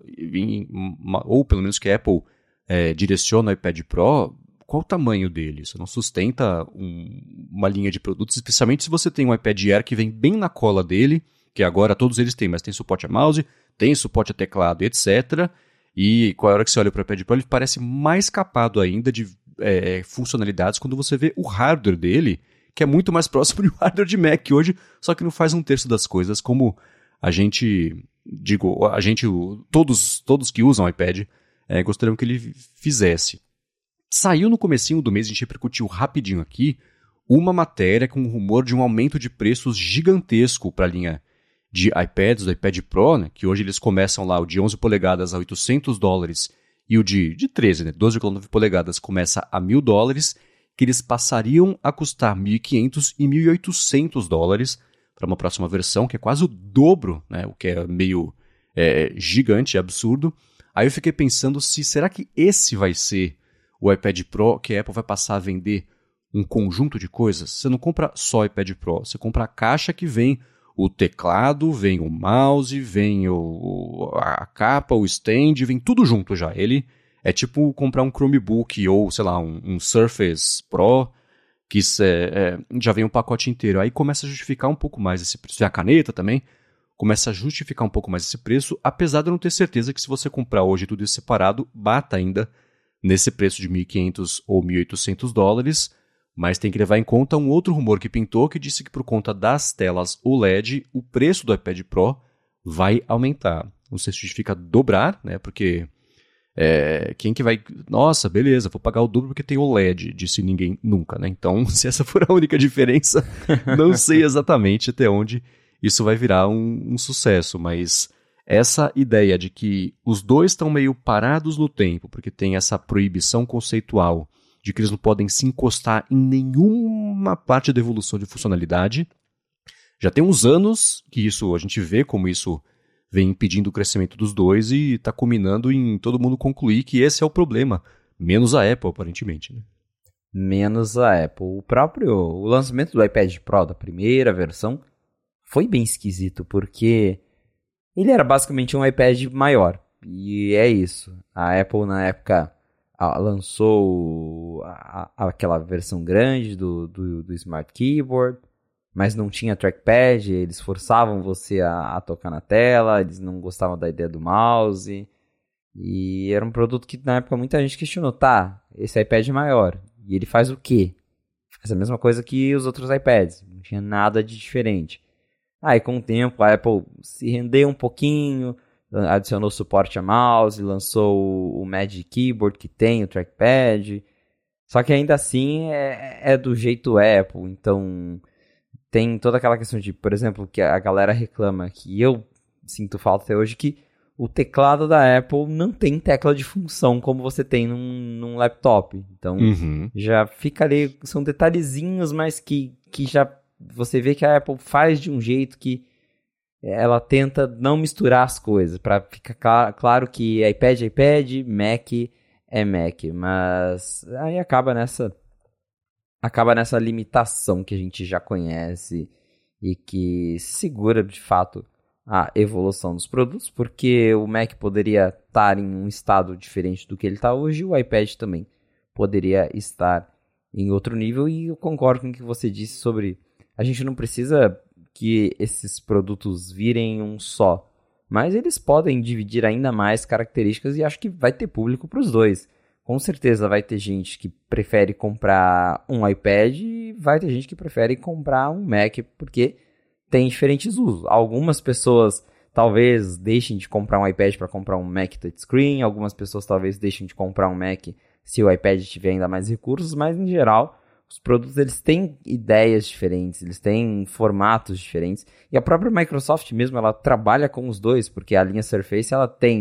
ou pelo menos que a Apple é, direciona o iPad Pro, qual o tamanho dele? Isso não sustenta um, uma linha de produtos, especialmente se você tem um iPad Air que vem bem na cola dele, que agora todos eles têm, mas tem suporte a mouse, tem suporte a teclado, etcétera. E com a hora que você olha para o iPad Pro, ele parece mais capado ainda de é, funcionalidades quando você vê o hardware dele, que é muito mais próximo de um hardware de Mac hoje, só que não faz um terço das coisas como a gente, digo, a gente, todos, todos que usam iPad, é, gostariam que ele fizesse. Saiu no comecinho do mês, a gente repercutiu rapidinho aqui, uma matéria com um rumor de um aumento de preços gigantesco para a linha de iPads, do iPad Pro, né, que hoje eles começam lá, o de onze polegadas a oitocentos dólares e o de, de treze, né, doze vírgula nove polegadas começa a mil dólares, que eles passariam a custar mil e quinhentos e mil e oitocentos dólares para uma próxima versão, que é quase o dobro, né, o que é meio é, gigante, absurdo. Aí eu fiquei pensando se será que esse vai ser o iPad Pro que a Apple vai passar a vender um conjunto de coisas? Você não compra só o iPad Pro, você compra a caixa que vem o teclado, vem o mouse, vem o, a capa, o stand, vem tudo junto já. Ele é tipo comprar um Chromebook ou, sei lá, um, um Surface Pro, que é, é, já vem um pacote inteiro. Aí começa a justificar um pouco mais esse preço. E a caneta também começa a justificar um pouco mais esse preço, apesar de eu não ter certeza que se você comprar hoje tudo isso separado, bata ainda nesse preço de mil e quinhentos ou mil e oitocentos dólares. Mas tem que levar em conta um outro rumor que pintou, que disse que por conta das telas O L E D, o preço do iPad Pro vai aumentar. Não sei se justifica dobrar, né? Porque é, quem que vai... Nossa, beleza, vou pagar o dobro porque tem O L E D, disse ninguém nunca, né? Então, se essa for a única diferença, não sei exatamente até onde isso vai virar um, um sucesso, mas essa ideia de que os dois estão meio parados no tempo, porque tem essa proibição conceitual de que eles não podem se encostar em nenhuma parte da evolução de funcionalidade. Já tem uns anos que isso, a gente vê como isso vem impedindo o crescimento dos dois e está culminando em todo mundo concluir que esse é o problema, menos a Apple, aparentemente, né? Menos a Apple. O próprio o lançamento do iPad Pro, da primeira versão, foi bem esquisito, porque ele era basicamente um iPad maior, e é isso. A Apple, na época, lançou a, a, aquela versão grande do, do, do Smart Keyboard, mas não tinha trackpad, eles forçavam você a, a tocar na tela, eles não gostavam da ideia do mouse, e era um produto que na época muita gente questionou, tá, esse iPad é maior, e ele faz o quê? Faz a mesma coisa que os outros iPads, não tinha nada de diferente. Aí com o tempo a Apple se rendeu um pouquinho, adicionou suporte a mouse, lançou o Magic Keyboard que tem o trackpad, só que ainda assim é, é do jeito Apple, então tem toda aquela questão de, por exemplo, que a galera reclama, que eu sinto falta até hoje, que o teclado da Apple não tem tecla de função como você tem num, num laptop, então uhum. já fica ali, são detalhezinhos, mas que, que já você vê que a Apple faz de um jeito que ela tenta não misturar as coisas, para ficar claro, claro que iPad é iPad, Mac é Mac, mas aí acaba nessa, acaba nessa limitação que a gente já conhece e que segura de fato a evolução dos produtos, porque o Mac poderia estar em um estado diferente do que ele está hoje, e o iPad também poderia estar em outro nível, e eu concordo com o que você disse sobre a gente não precisa que esses produtos virem um só, mas eles podem dividir ainda mais características e acho que vai ter público para os dois. Com certeza vai ter gente que prefere comprar um iPad e vai ter gente que prefere comprar um Mac, porque tem diferentes usos. Algumas pessoas talvez deixem de comprar um iPad para comprar um Mac touchscreen, algumas pessoas talvez deixem de comprar um Mac se o iPad tiver ainda mais recursos, mas em geral os produtos eles têm ideias diferentes, eles têm formatos diferentes. E a própria Microsoft mesmo, ela trabalha com os dois, porque a linha Surface ela tem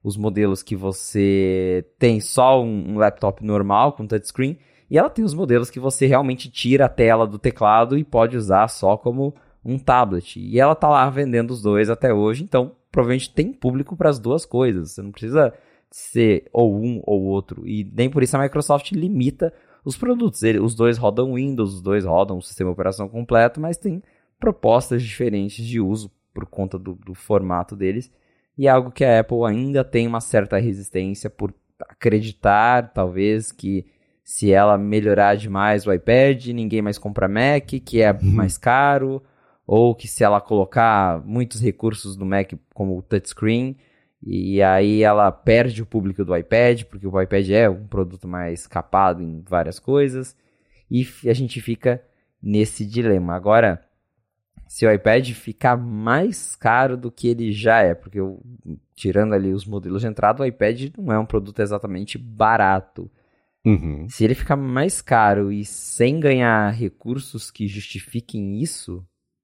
os modelos que você tem só um, um laptop normal com touchscreen, e ela tem os modelos que você realmente tira a tela do teclado e pode usar só como um tablet. E ela tá lá vendendo os dois até hoje, então provavelmente tem público para as duas coisas. Você não precisa ser ou um ou outro. E nem por isso a Microsoft limita os produtos. Ele, os dois rodam Windows, os dois rodam o sistema de operação completo, mas tem propostas diferentes de uso por conta do, do formato deles. E é algo que a Apple ainda tem uma certa resistência por acreditar, talvez, que se ela melhorar demais o iPad, ninguém mais compra Mac, que é uhum. mais caro, ou que se ela colocar muitos recursos no Mac como o touchscreen, e aí ela perde o público do iPad, porque o iPad é um produto mais capado em várias coisas, e a gente fica nesse dilema. Agora, se o iPad ficar mais caro do que ele já é, porque eu, tirando ali os modelos de entrada, o iPad não é um produto exatamente barato. Uhum. Se ele ficar mais caro e sem ganhar recursos que justifiquem isso,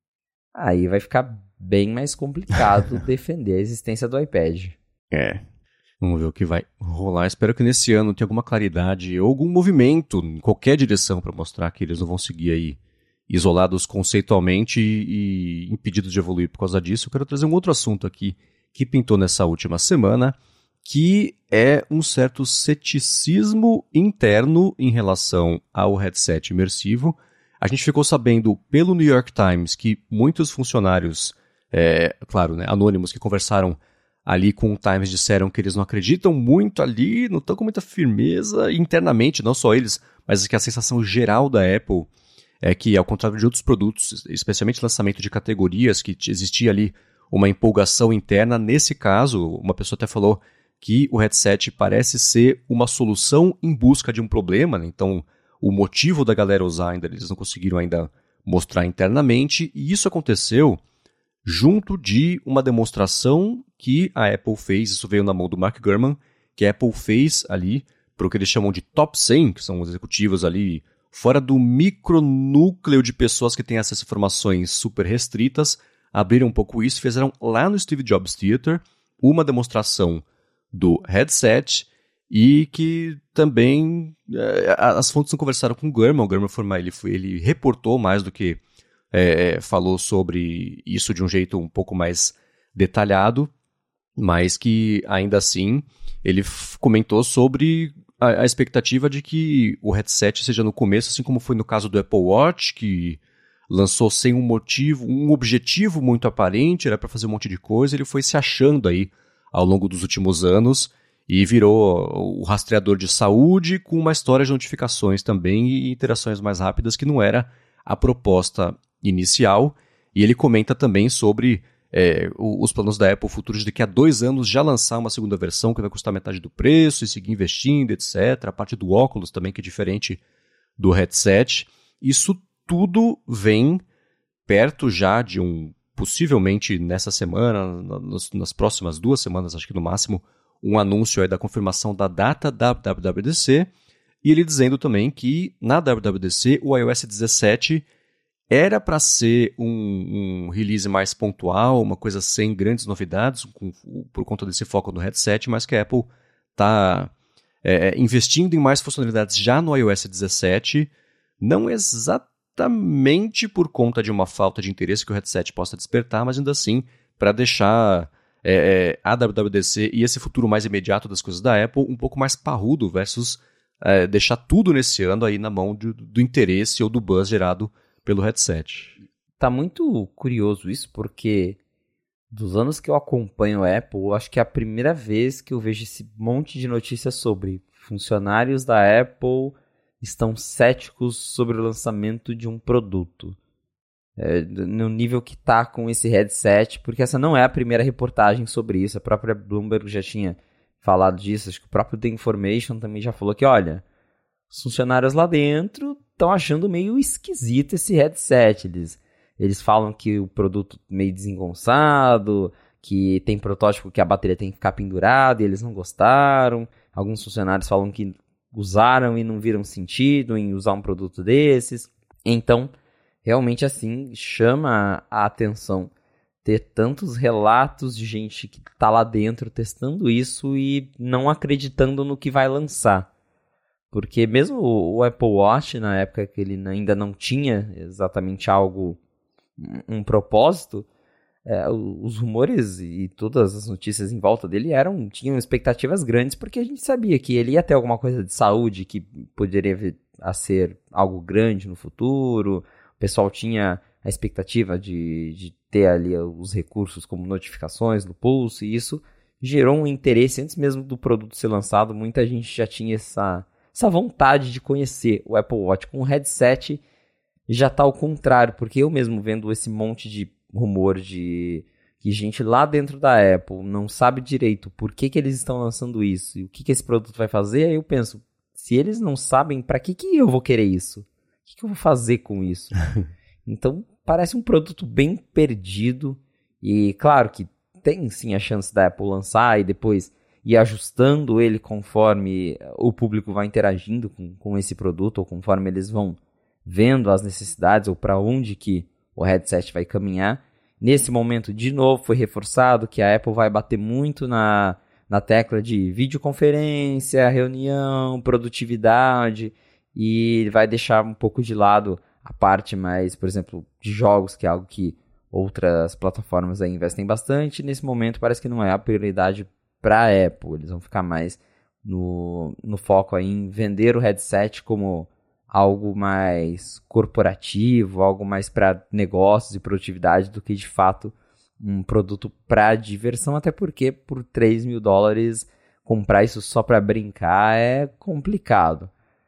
aí vai ficar bem mais complicado defender a existência do iPad. É. Vamos ver o que vai rolar. Espero que nesse ano tenha alguma claridade ou algum movimento em qualquer direção para mostrar que eles não vão seguir aí isolados conceitualmente e, e impedidos de evoluir por causa disso. Eu quero trazer um outro assunto aqui que pintou nessa última semana, que é um certo ceticismo interno em relação ao headset imersivo. A gente ficou sabendo pelo New York Times que muitos funcionários, é, claro, né, anônimos que conversaram ali com o Times disseram que eles não acreditam muito ali, não estão com muita firmeza internamente, não só eles, mas que a sensação geral da Apple é que, ao contrário de outros produtos, especialmente lançamento de categorias, que existia ali uma empolgação interna, nesse caso, uma pessoa até falou que o headset parece ser uma solução em busca de um problema, né? Então o motivo da galera usar ainda, eles não conseguiram ainda mostrar internamente, e isso aconteceu junto de uma demonstração que a Apple fez, isso veio na mão do Mark Gurman, que a Apple fez ali para o que eles chamam de top cem, que são os executivos ali fora do micronúcleo de pessoas que têm acesso a informações super restritas, abriram um pouco isso, fizeram lá no Steve Jobs Theater uma demonstração do headset, e que também é, as fontes não conversaram com o Gurman. O Gurman foi, ele, foi, ele reportou mais do que é, falou sobre isso de um jeito um pouco mais detalhado, mas que ainda assim ele f- comentou sobre a, a expectativa de que o headset seja no começo, assim como foi no caso do Apple Watch, que lançou sem um motivo, um objetivo muito aparente, era para fazer um monte de coisa, ele foi se achando aí ao longo dos últimos anos e virou o rastreador de saúde com uma história de notificações também e interações mais rápidas, que não era a proposta inicial. E ele comenta também sobre é, os planos da Apple futuros de daqui a dois anos já lançar uma segunda versão que vai custar metade do preço e seguir investindo, etcétera. A parte do óculos também, que é diferente do headset. Isso tudo vem perto já de um, possivelmente nessa semana, nas, nas próximas duas semanas, acho que no máximo, um anúncio aí da confirmação da data da W W D C, e ele dizendo também que na W W D C o iOS dezessete era para ser um, um release mais pontual, uma coisa sem grandes novidades, com, por conta desse foco no headset, mas que a Apple está é, investindo em mais funcionalidades já no iOS dezessete, não exatamente por conta de uma falta de interesse que o headset possa despertar, mas ainda assim para deixar é, a W W D C e esse futuro mais imediato das coisas da Apple um pouco mais parrudo versus é, deixar tudo nesse ano aí na mão de, do interesse ou do buzz gerado pelo headset. Tá muito curioso isso, porque dos anos que eu acompanho a Apple, eu acho que é a primeira vez que eu vejo esse monte de notícias sobre funcionários da Apple estão céticos sobre o lançamento de um produto. É, no nível que tá com esse headset, porque essa não é a primeira reportagem sobre isso. A própria Bloomberg já tinha falado disso, acho que o próprio The Information também já falou que, olha, os funcionários lá dentro estão achando meio esquisito esse headset. Eles, eles falam que o produto meio desengonçado, que tem protótipo que a bateria tem que ficar pendurada e eles não gostaram. Alguns funcionários falam que usaram e não viram sentido em usar um produto desses. Então, realmente assim, chama a atenção ter tantos relatos de gente que tá lá dentro testando isso e não acreditando no que vai lançar. Porque mesmo o Apple Watch, na época que ele ainda não tinha exatamente algo, um propósito, é, os rumores e todas as notícias em volta dele eram, tinham expectativas grandes, porque a gente sabia que ele ia ter alguma coisa de saúde que poderia vir a ser algo grande no futuro. O pessoal tinha a expectativa de, de ter ali os recursos como notificações no pulso, e isso gerou um interesse antes mesmo do produto ser lançado. Muita gente já tinha essa, essa vontade de conhecer o Apple Watch. Com o headset já está ao contrário, porque eu mesmo vendo esse monte de rumor de que gente lá dentro da Apple não sabe direito por que, que eles estão lançando isso e o que, que esse produto vai fazer, aí eu penso, se eles não sabem, para que, que eu vou querer isso? O que, que eu vou fazer com isso? Então, parece um produto bem perdido. E claro que tem sim a chance da Apple lançar e depois ir ajustando ele conforme o público vai interagindo com, com esse produto, ou conforme eles vão vendo as necessidades ou para onde que o headset vai caminhar. Nesse momento, de novo, foi reforçado que a Apple vai bater muito na, na tecla de videoconferência, reunião, produtividade, e vai deixar um pouco de lado a parte mais, por exemplo, de jogos, que é algo que outras plataformas aí investem bastante. Nesse momento parece que não é a prioridade para a Apple. Eles vão ficar mais no, no foco aí em vender o headset como algo mais corporativo, algo mais para negócios e produtividade do que de fato um produto para diversão, até porque por três mil dólares comprar isso só para brincar é complicado.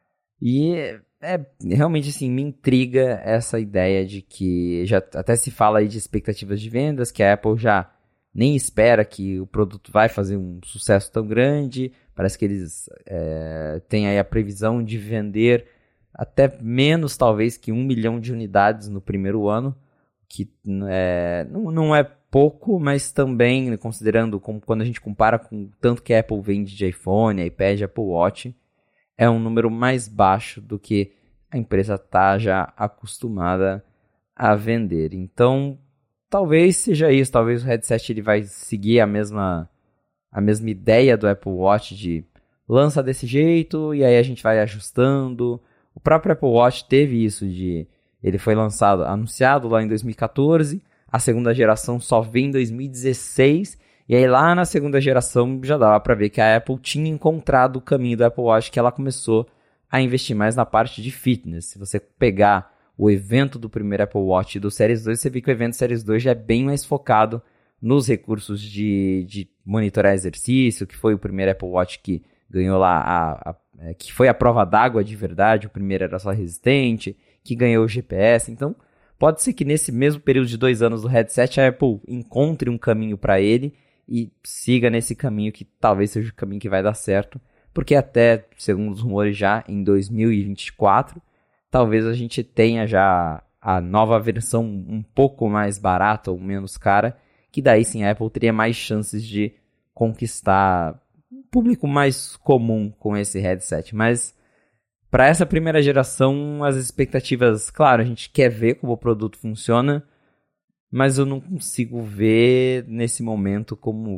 E é realmente assim, me intriga essa ideia de que já até se fala aí de expectativas de vendas, que a Apple já nem espera que o produto vai fazer um sucesso tão grande. Parece que eles é, têm aí a previsão de vender até menos talvez que um milhão de unidades no primeiro ano, que é, não, não é pouco, mas também considerando como, quando a gente compara com o tanto que a Apple vende de iPhone, iPad, Apple Watch, é um número mais baixo do que a empresa está já acostumada a vender. Então, talvez seja isso, talvez o headset ele vai seguir a mesma, a mesma ideia do Apple Watch de lança desse jeito e aí a gente vai ajustando. O próprio Apple Watch teve isso de... Ele foi lançado, anunciado lá em dois mil e catorze, a segunda geração só veio em dois mil e dezesseis, e aí lá na segunda geração já dava para ver que a Apple tinha encontrado o caminho do Apple Watch, que ela começou a investir mais na parte de fitness. Se você pegar o evento do primeiro Apple Watch e do Series dois, você vê que o evento Series dois já é bem mais focado nos recursos de, de monitorar exercício, que foi o primeiro Apple Watch que ganhou lá, a, a, a, que foi a prova d'água de verdade. O primeiro era só resistente, que ganhou o G P S. Então, pode ser que nesse mesmo período de dois anos do headset, a Apple encontre um caminho para ele e siga nesse caminho que talvez seja o caminho que vai dar certo, porque até, segundo os rumores, já em dois mil e vinte e quatro, talvez a gente tenha já a nova versão um pouco mais barata ou menos cara, que daí sim a Apple teria mais chances de conquistar um público mais comum com esse headset. Mas para essa primeira geração, as expectativas, claro, a gente quer ver como o produto funciona, mas eu não consigo ver nesse momento como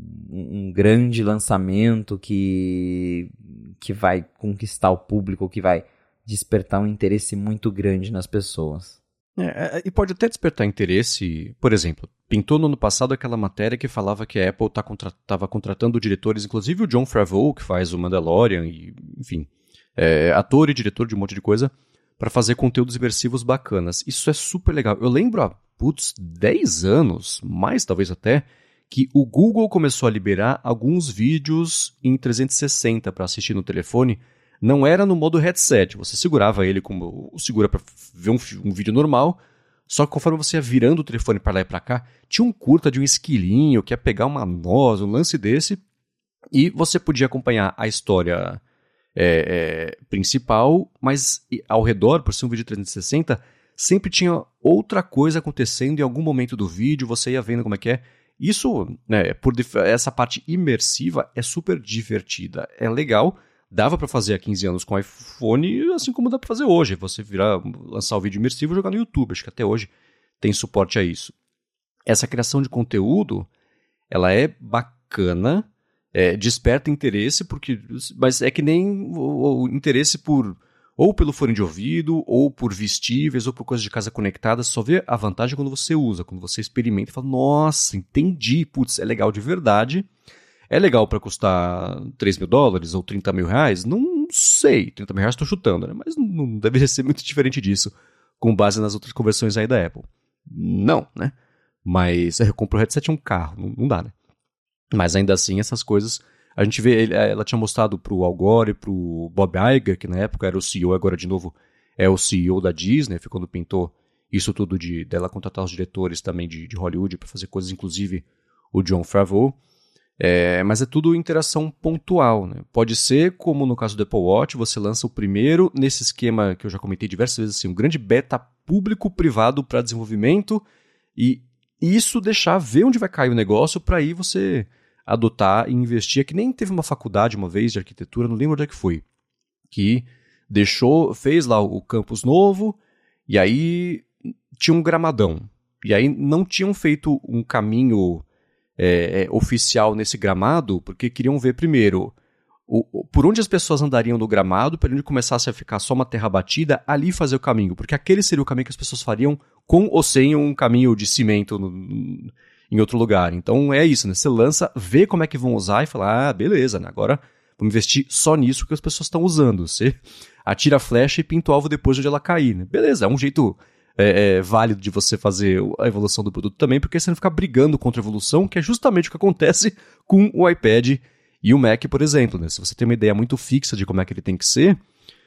um grande lançamento que, que vai conquistar o público, que vai despertar um interesse muito grande nas pessoas. É, e pode até despertar interesse, por exemplo, pintou no ano passado aquela matéria que falava que a Apple estava contra- contratando diretores, inclusive o Jon Favreau, que faz o Mandalorian, e, enfim, é, ator e diretor de um monte de coisa, para fazer conteúdos imersivos bacanas. Isso é super legal. Eu lembro há, putz, dez anos, mais talvez até, que o Google começou a liberar alguns vídeos em trezentos e sessenta para assistir no telefone. Não era no modo headset, você segurava ele como segura para ver um, um vídeo normal, só que conforme você ia virando o telefone para lá e para cá, tinha um curta de um esquilinho que ia pegar uma noz, um lance desse, e você podia acompanhar a história é, é, principal, mas ao redor, por ser um vídeo trezentos e sessenta, sempre tinha outra coisa acontecendo em algum momento do vídeo, você ia vendo como é que é. Isso, né, por essa parte imersiva é super divertida, é legal. Dava para fazer há quinze anos com iPhone, assim como dá para fazer hoje. Você virar, lançar o vídeo imersivo e jogar no YouTube. Acho que até hoje tem suporte a isso. essa criação de conteúdo, ela é bacana, é, desperta interesse, porque, mas é que nem o, o interesse por, ou pelo fone de ouvido, ou por vestíveis, ou por coisas de casa conectadas. Só vê a vantagem quando você usa, quando você experimenta e fala, nossa, entendi, putz, é legal de verdade. É legal para custar três mil dólares ou trinta mil reais? Não sei, trinta mil reais estou chutando, né? Mas não deveria ser muito diferente disso, com base nas outras conversões aí da Apple. Não, né? Mas eu compro o headset é um carro, não, não dá, né? Mas ainda assim, essas coisas... A gente vê, ela tinha mostrado pro Al Gore e pro Bob Iger, que na época era o C E O, agora de novo é o C E O da Disney, foi quando pintou isso tudo de dela contratar os diretores também de, de Hollywood para fazer coisas, inclusive o Jon Favreau. É, mas é tudo interação pontual, né? Pode ser, como no caso do Apple Watch, você lança o primeiro nesse esquema que eu já comentei diversas vezes, assim, um grande beta público-privado para desenvolvimento, e isso deixar ver onde vai cair o negócio para aí você adotar e investir. É que nem teve uma faculdade uma vez de arquitetura, não lembro onde é que foi, que deixou, fez lá o campus novo, e aí tinha um gramadão. E aí não tinham feito um caminho é, é, oficial nesse gramado, porque queriam ver primeiro o, o, por onde as pessoas andariam no gramado, para onde começasse a ficar só uma terra batida, ali fazer o caminho, porque aquele seria o caminho que as pessoas fariam com ou sem um caminho de cimento no, no, em outro lugar. Então é isso, né? Você lança, vê como é que vão usar e fala, ah, beleza, né? Agora vamos investir só nisso que as pessoas estão usando. Você atira a flecha e pinta o alvo depois de onde ela cair, né? Beleza, é um jeito é, é, válido de você fazer a evolução do produto também, porque você não fica brigando contra a evolução, que é justamente o que acontece com o iPad e o Mac, por exemplo, né? Se você tem uma ideia muito fixa de como é que ele tem que ser,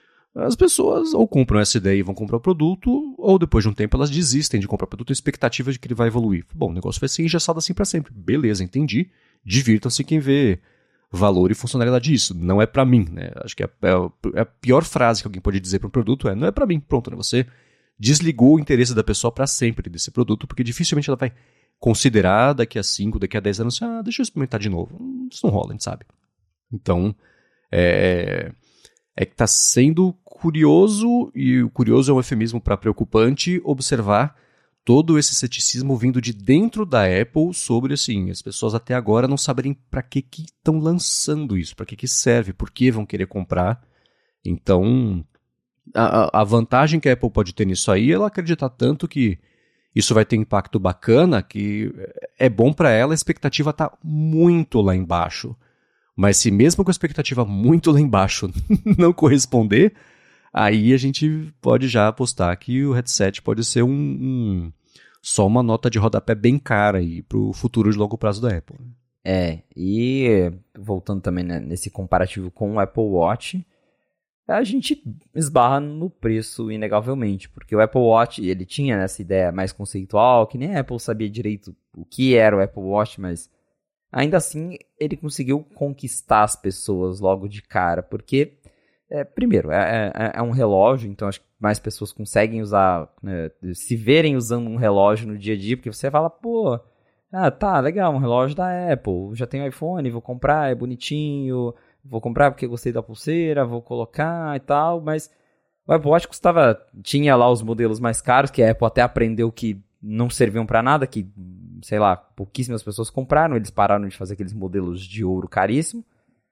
as pessoas ou compram essa ideia e vão comprar o produto, ou depois de um tempo elas desistem de comprar o produto com a expectativa de que ele vai evoluir. Bom, o negócio vai ser engessado assim para sempre. Beleza, entendi. Divirtam-se quem vê valor e funcionalidade disso. Não é para mim, né? Acho que é a, a pior frase que alguém pode dizer para um produto é, não é para mim. Pronto, né? Você desligou o interesse da pessoa para sempre desse produto, porque dificilmente ela vai considerar daqui a cinco, daqui a dez anos, ah, deixa eu experimentar de novo. Isso não rola, a gente sabe. Então, é, é que está sendo curioso, e o curioso é um eufemismo para preocupante, observar todo esse ceticismo vindo de dentro da Apple sobre, assim, as pessoas até agora não saberem para que que estão lançando isso, para que que serve, por que vão querer comprar. Então, a, a vantagem que a Apple pode ter nisso aí é ela acreditar tanto que isso vai ter impacto bacana, que é bom para ela, a expectativa está muito lá embaixo. Mas se mesmo com a expectativa muito lá embaixo não corresponder, aí a gente pode já apostar que o headset pode ser um, um só uma nota de rodapé bem cara para o futuro de longo prazo da Apple. É, e voltando também, né, nesse comparativo com o Apple Watch, a gente esbarra no preço inegavelmente, porque o Apple Watch, ele tinha essa ideia mais conceitual, que nem a Apple sabia direito o que era o Apple Watch, mas ainda assim ele conseguiu conquistar as pessoas logo de cara, porque, é, primeiro, é, é, é um relógio, então acho que mais pessoas conseguem usar, né, se verem usando um relógio no dia a dia, porque você fala, pô, ah, tá, legal, um relógio da Apple, já tenho iPhone, vou comprar, é bonitinho, vou comprar porque gostei da pulseira, vou colocar e tal, mas o Apple Watch custava, tinha lá os modelos mais caros, que a Apple até aprendeu que não serviam para nada, que, sei lá, pouquíssimas pessoas compraram, eles pararam de fazer aqueles modelos de ouro caríssimo,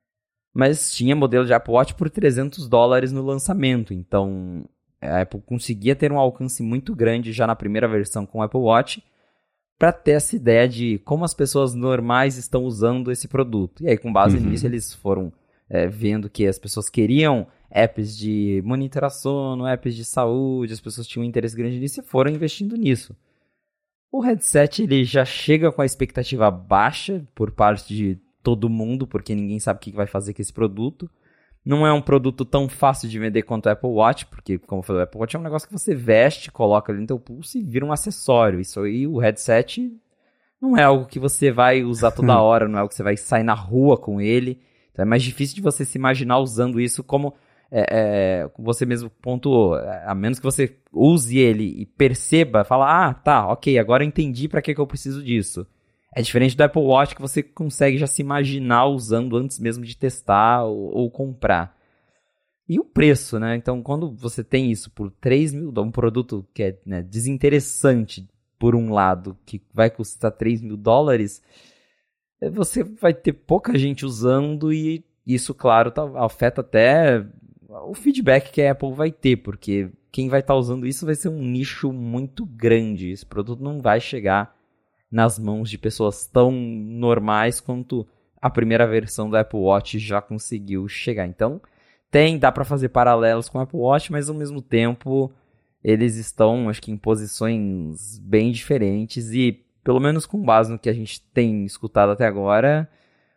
mas tinha modelo de Apple Watch por trezentos dólares no lançamento, então a Apple conseguia ter um alcance muito grande já na primeira versão com o Apple Watch, para ter essa ideia de como as pessoas normais estão usando esse produto. E aí, com base uhum. nisso, eles foram é, vendo que as pessoas queriam apps de monitorar sono, apps de saúde, as pessoas tinham um interesse grande nisso e foram investindo nisso. O headset ele já chega com a expectativa baixa por parte de todo mundo, porque ninguém sabe o que vai fazer com esse produto. Não é um produto tão fácil de vender quanto o Apple Watch, porque, como eu falei, o Apple Watch é um negócio que você veste, coloca ali no teu pulso e vira um acessório. Isso aí, o headset, não é algo que você vai usar toda hora, não é algo que você vai sair na rua com ele. Então é mais difícil de você se imaginar usando isso como é, é, você mesmo pontuou. A menos que você use ele e perceba, fala, ah, tá, ok, agora eu entendi para que, que eu preciso disso. É diferente do Apple Watch, que você consegue já se imaginar usando antes mesmo de testar ou, ou comprar. E o preço, né? Então, quando você tem isso por três mil dólares, um produto que é, né, desinteressante por um lado, que vai custar três mil dólares, você vai ter pouca gente usando e isso, claro, tá, afeta até o feedback que a Apple vai ter, porque quem vai estar tá usando isso vai ser um nicho muito grande. Esse produto não vai chegar nas mãos de pessoas tão normais quanto a primeira versão do Apple Watch já conseguiu chegar. Então, tem, dá para fazer paralelos com o Apple Watch, mas ao mesmo tempo eles estão, acho que, em posições bem diferentes e, pelo menos com base no que a gente tem escutado até agora,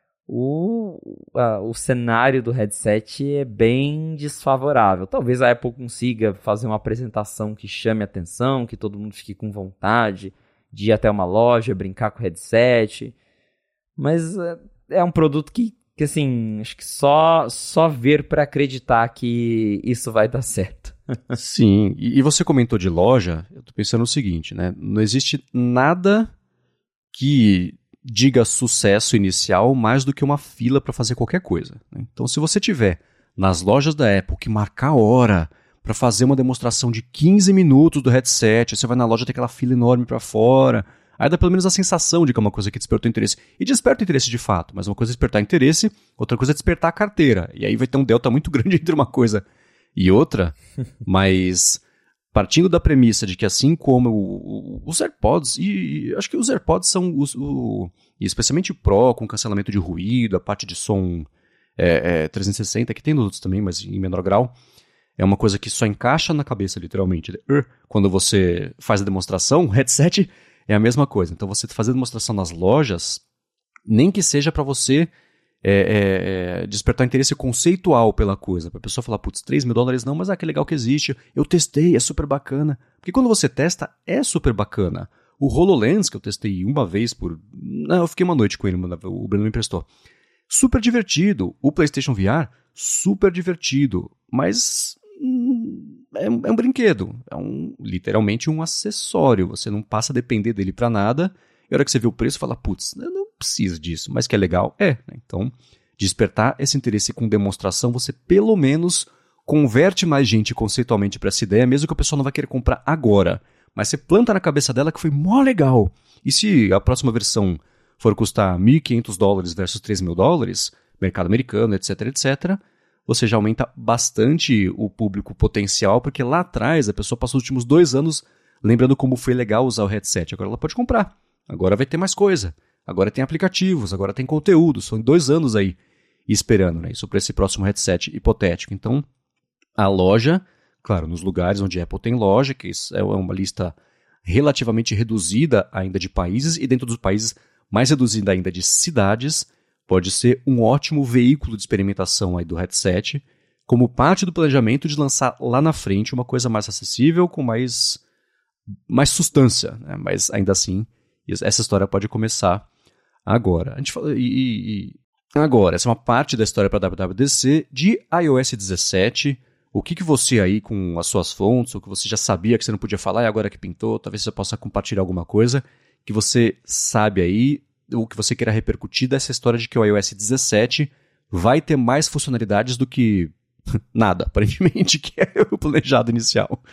o, a, o cenário do headset é bem desfavorável. Talvez a Apple consiga fazer uma apresentação que chame a atenção, que todo mundo fique com vontade de ir até uma loja, brincar com o headset, mas é, é um produto que, que assim, acho que só, só ver para acreditar que isso vai dar certo. Sim, e, e você comentou de loja, eu tô pensando o seguinte, né? Não existe nada que diga sucesso inicial mais do que uma fila para fazer qualquer coisa, né? Então, se você tiver nas lojas da Apple que marcar a hora para fazer uma demonstração de quinze minutos do headset, você vai na loja, tem aquela fila enorme para fora, aí dá pelo menos a sensação de que é uma coisa que despertou interesse. E desperta interesse de fato, mas uma coisa é despertar interesse, outra coisa é despertar a carteira. E aí vai ter um delta muito grande entre uma coisa e outra, mas partindo da premissa de que assim como o, o, os AirPods, e, e acho que os AirPods são, os, o, especialmente o Pro, com cancelamento de ruído, a parte de som é, é, trezentos e sessenta, que tem nos outros também, mas em menor grau, é uma coisa que só encaixa na cabeça, literalmente. Quando você faz a demonstração, o headset é a mesma coisa. Então, você fazer a demonstração nas lojas, nem que seja para você é, é, é, despertar interesse conceitual pela coisa. Para a pessoa falar, putz, três mil dólares não, mas ah, que legal que existe. Eu testei, é super bacana. Porque quando você testa, é super bacana. O HoloLens, que eu testei uma vez por... Não, eu fiquei uma noite com ele, o Bruno me emprestou. Super divertido. O PlayStation V R, super divertido. Mas... É um, é um brinquedo, é um, literalmente um acessório, você não passa a depender dele para nada, e a hora que você vê o preço, fala, putz, eu não preciso disso, mas que é legal, é. Né? Então, despertar esse interesse com demonstração, você pelo menos converte mais gente conceitualmente para essa ideia, mesmo que a pessoa não vai querer comprar agora, mas você planta na cabeça dela que foi mó legal. E se a próxima versão for custar mil e quinhentos dólares versus três mil dólares, mercado americano, etc, etc, você já aumenta bastante o público potencial, porque lá atrás a pessoa passou os últimos dois anos lembrando como foi legal usar o headset. Agora ela pode comprar. Agora vai ter mais coisa. Agora tem aplicativos, agora tem conteúdo. São dois anos aí esperando, né? Isso para esse próximo headset hipotético. Então, a loja, claro, nos lugares onde a Apple tem loja, que é uma lista relativamente reduzida ainda de países, e dentro dos países mais reduzida ainda de cidades, pode ser um ótimo veículo de experimentação aí do headset, como parte do planejamento de lançar lá na frente uma coisa mais acessível, com mais, mais substância, né? Mas ainda assim, essa história pode começar agora. A gente fala, e, e, agora, essa é uma parte da história para a W W D C de iOS dezessete. O que, que você aí, com as suas fontes, o que você já sabia que você não podia falar e agora que pintou, talvez você possa compartilhar alguma coisa que você sabe aí, o que você queira repercutir dessa história de que o iOS dezessete vai ter mais funcionalidades do que nada, aparentemente, que é o planejado inicial.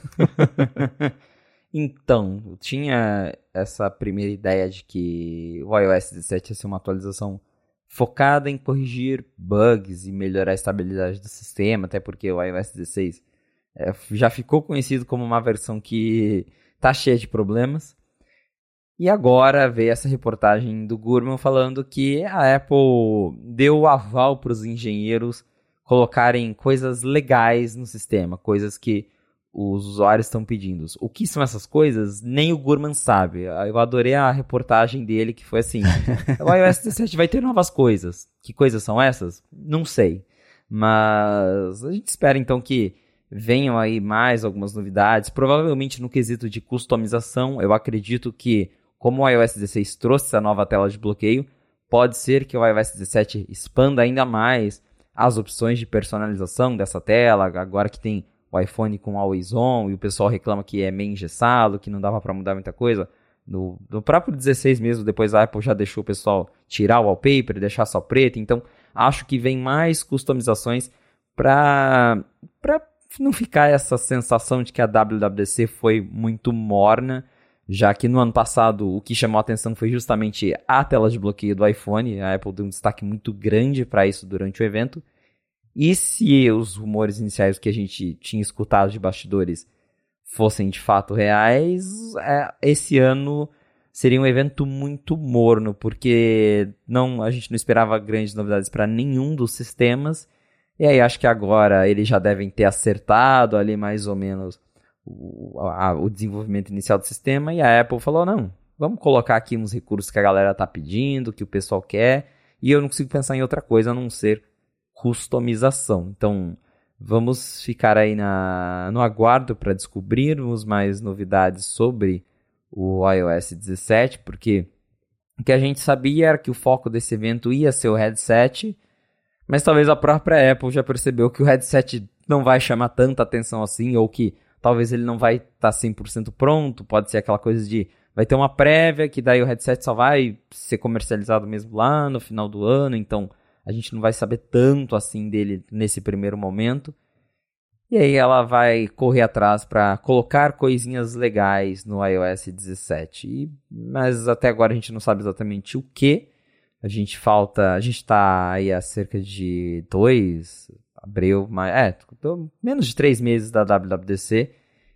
Então, eu tinha essa primeira ideia de que o iOS dezessete ia ser uma atualização focada em corrigir bugs e melhorar a estabilidade do sistema, até porque o iOS dezesseis é, já ficou conhecido como uma versão que está cheia de problemas. E agora veio essa reportagem do Gurman falando que a Apple deu o aval para os engenheiros colocarem coisas legais no sistema, coisas que os usuários estão pedindo. O que são essas coisas? Nem o Gurman sabe. Eu adorei a reportagem dele, que foi assim, o iOS dezessete vai ter novas coisas. Que coisas são essas? Não sei. Mas a gente espera então que venham aí mais algumas novidades, provavelmente no quesito de customização. Eu acredito que, como o iOS dezesseis trouxe essa nova tela de bloqueio, pode ser que o iOS dezessete expanda ainda mais as opções de personalização dessa tela, agora que tem o iPhone com Always On, e o pessoal reclama que é meio engessado, que não dava para mudar muita coisa. No, no próprio dezesseis mesmo, depois a Apple já deixou o pessoal tirar o wallpaper, deixar só preto, então acho que vem mais customizações para para não ficar essa sensação de que a W W D C foi muito morna. já que no ano passado o que chamou a atenção foi justamente a tela de bloqueio do iPhone. A Apple deu um destaque muito grande para isso durante o evento. E se os rumores iniciais que a gente tinha escutado de bastidores fossem de fato reais, é, esse ano seria um evento muito morno, porque não, a gente não esperava grandes novidades para nenhum dos sistemas. E aí acho que agora eles já devem ter acertado ali mais ou menos o, a, o desenvolvimento inicial do sistema, e a Apple falou, não, vamos colocar aqui uns recursos que a galera tá pedindo, que o pessoal quer, e eu não consigo pensar em outra coisa a não ser customização. Então, vamos ficar aí na, no aguardo para descobrirmos mais novidades sobre o iOS dezessete, porque o que a gente sabia era que o foco desse evento ia ser o headset, mas talvez a própria Apple já percebeu que o headset não vai chamar tanta atenção assim, ou que talvez ele não vai estar tá cem por cento pronto, pode ser aquela coisa de vai ter uma prévia, que daí o headset só vai ser comercializado mesmo lá no final do ano, então a gente não vai saber tanto assim dele nesse primeiro momento. E aí ela vai correr atrás para colocar coisinhas legais no iOS dezessete. E, mas até agora a gente não sabe exatamente o que. A gente falta, a gente está aí há cerca de dois, abril, mas, é, menos de três meses da W W D C.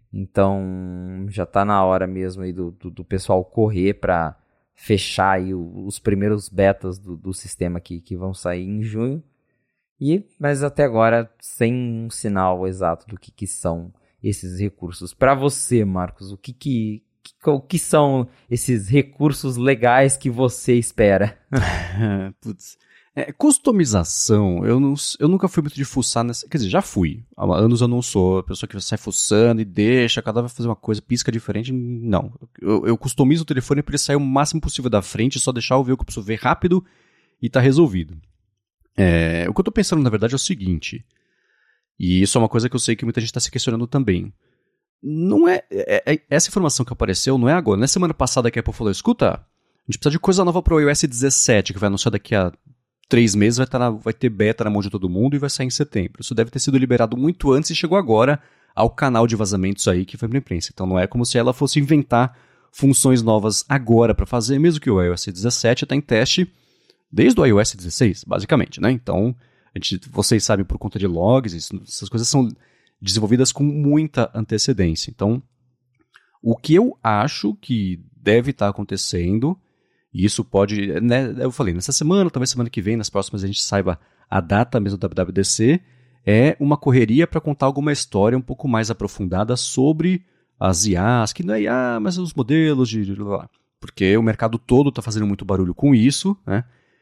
Então já está na hora mesmo aí do, do, do pessoal correr para fechar aí os primeiros betas do, do sistema que, que vão sair em junho. E, mas até agora sem um sinal exato do que, que são esses recursos. Para você, Marcos, o que, que, que, o que são esses recursos legais que você espera? Putz. É, customização, eu, não, eu nunca fui muito de fuçar nessa... Quer dizer, já fui. Há anos eu não sou a pessoa que sai fuçando e deixa, cada vez fazer uma coisa, pisca diferente. Não. Eu, eu customizo o telefone para ele sair o máximo possível da frente, só deixar eu ver o que eu preciso ver rápido e tá resolvido. É, o que eu tô pensando, na verdade, é o seguinte, e isso é uma coisa que eu sei que muita gente está se questionando também. Não é, é, é essa informação que apareceu não é agora, não é semana passada que a Apple falou, escuta, a gente precisa de coisa nova pro iOS dezessete, que vai anunciar daqui a três meses, vai, tá na, vai ter beta na mão de todo mundo e vai sair em setembro. Isso deve ter sido liberado muito antes e chegou agora ao canal de vazamentos aí que foi pra imprensa. Então não é como se ela fosse inventar funções novas agora para fazer, mesmo que o iOS dezessete está em teste desde o iOS dezesseis, basicamente, né? Então, a gente, vocês sabem por conta de logs, isso, essas coisas são desenvolvidas com muita antecedência. Então, o que eu acho que deve estar acontecendo, e isso pode, né, eu falei, nessa semana, talvez semana que vem, nas próximas a gente saiba a data mesmo da W W D C, é uma correria para contar alguma história um pouco mais aprofundada sobre as I As, que não é I A, mas os modelos de... Porque o mercado todo está fazendo muito barulho com isso, né?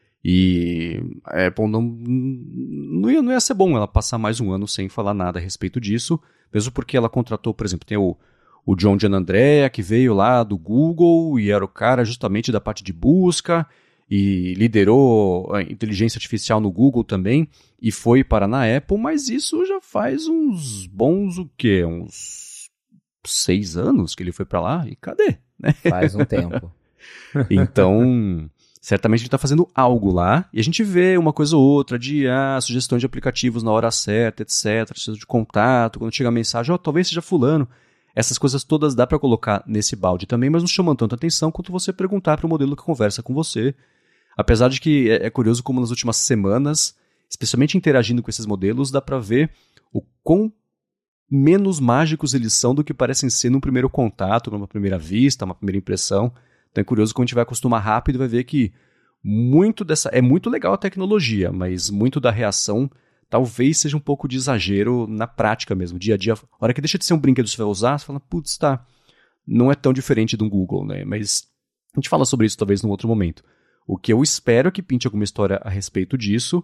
E a Apple não, não, ia, não ia ser bom ela passar mais um ano sem falar nada a respeito disso, mesmo porque ela contratou, por exemplo, tem o, o John Gianandrea, que veio lá do Google e era o cara justamente da parte de busca e liderou a inteligência artificial no Google também e foi parar na Apple, mas isso já faz uns bons, o quê? Uns seis anos que ele foi para lá e cadê? Faz um tempo. Então... certamente ele está fazendo algo lá, e a gente vê uma coisa ou outra de ah, sugestões de aplicativos na hora certa, etcétera, precisa de contato, quando chega a mensagem, ó, oh, talvez seja fulano. Essas coisas todas dá para colocar nesse balde também, mas não chamam tanto atenção quanto você perguntar para o modelo que conversa com você. Apesar de que é, é curioso como nas últimas semanas, especialmente interagindo com esses modelos, dá para ver o quão menos mágicos eles são do que parecem ser num primeiro contato, numa primeira vista, uma primeira impressão. Então é curioso que a gente vai acostumar rápido e vai ver que muito dessa... é muito legal a tecnologia, mas muito da reação talvez seja um pouco de exagero na prática mesmo, dia a dia. A hora que deixa de ser um brinquedo que você vai usar, você fala, putz, tá, não é tão diferente de um Google, né? Mas a gente fala sobre isso talvez num outro momento. O que eu espero é que pinte alguma história a respeito disso,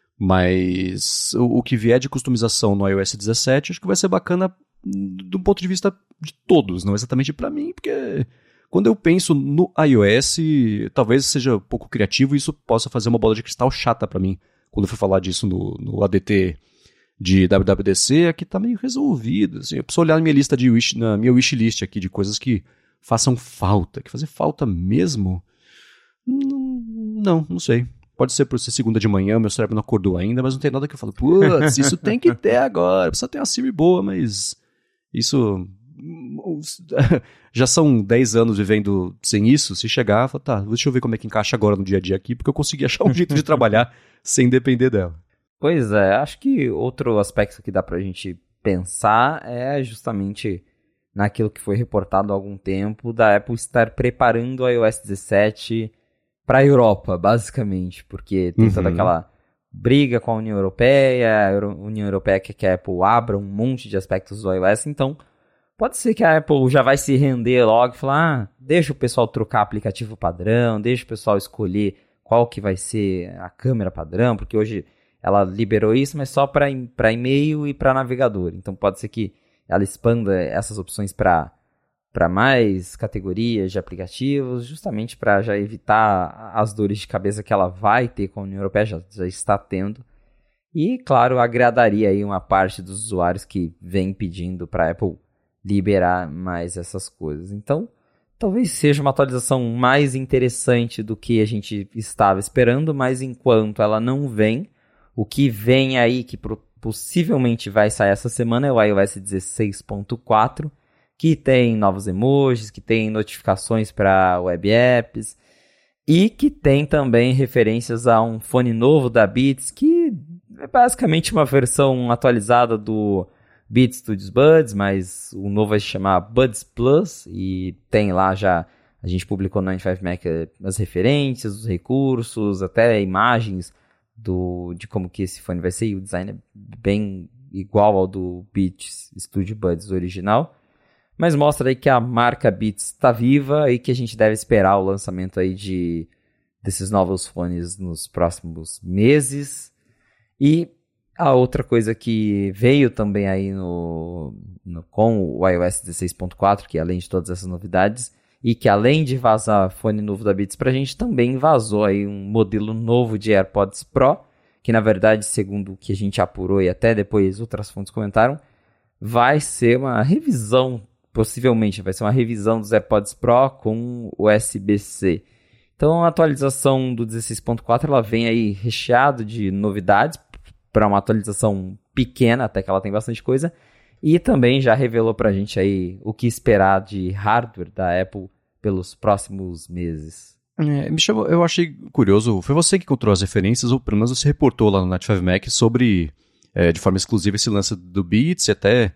mas o, o que vier de customização no iOS dezessete acho que vai ser bacana do ponto de vista de todos, não exatamente para mim, porque... quando eu penso no iOS, talvez seja um pouco criativo e isso possa fazer uma bola de cristal chata para mim. Quando eu for falar disso no, no A D T de W W D C, aqui tá meio resolvido. Assim, eu preciso olhar na minha lista de wish, na minha wishlist aqui de coisas que façam falta. Que fazer falta mesmo? Não, não sei. Pode ser por ser segunda de manhã, meu cérebro não acordou ainda, mas não tem nada que eu falo, putz, isso tem que ter agora. Precisa ter uma Siri boa, mas isso... já são dez anos vivendo sem isso, se chegar, fala, tá, deixa eu ver como é que encaixa agora no dia a dia aqui, porque eu consegui achar um jeito de trabalhar sem depender dela. Pois é, acho que outro aspecto que dá pra gente pensar é justamente naquilo que foi reportado há algum tempo, da Apple estar preparando o iOS dezessete para a Europa, basicamente, porque tem uhum. toda aquela briga com a União Europeia, a Euro- União Europeia quer que a Apple abra um monte de aspectos do iOS, então pode ser que a Apple já vai se render logo e falar, ah, deixa o pessoal trocar aplicativo padrão, deixa o pessoal escolher qual que vai ser a câmera padrão, porque hoje ela liberou isso, mas só para e-mail e para navegador, então pode ser que ela expanda essas opções para para mais categorias de aplicativos, justamente para já evitar as dores de cabeça que ela vai ter com a União Europeia, já, já está tendo. E, claro, agradaria aí uma parte dos usuários que vem pedindo para a Apple liberar mais essas coisas. Então, talvez seja uma atualização mais interessante do que a gente estava esperando, mas enquanto ela não vem, o que vem aí que possivelmente vai sair essa semana é o iOS dezesseis ponto quatro, que tem novos emojis, que tem notificações para web apps e que tem também referências a um fone novo da Beats, que é basicamente uma versão atualizada do Beats Studios Buds, mas o novo vai se chamar Buds Plus e tem lá já, a gente publicou no noventa e cinco Mac as referências, os recursos, até imagens do, de como que esse fone vai ser, e o design é bem igual ao do Beats Studio Buds original. Mas mostra aí que a marca Beats está viva e que a gente deve esperar o lançamento aí de, desses novos fones nos próximos meses. E a outra coisa que veio também aí no, no, com o iOS dezesseis ponto quatro, que além de todas essas novidades, e que além de vazar fone novo da Beats pra gente, também vazou aí um modelo novo de AirPods Pro, que na verdade, segundo o que a gente apurou e até depois outras fontes comentaram, vai ser uma revisão. Possivelmente vai ser uma revisão dos AirPods Pro com U S B C. Então a atualização do dezesseis ponto quatro ela vem aí recheado de novidades para uma atualização pequena, até que ela tem bastante coisa. E também já revelou para a gente aí o que esperar de hardware da Apple pelos próximos meses. É, me chamou, eu achei curioso, foi você que encontrou as referências, ou pelo menos você reportou lá no noventa e cinco Mac sobre, é, de forma exclusiva, esse lance do Beats, e até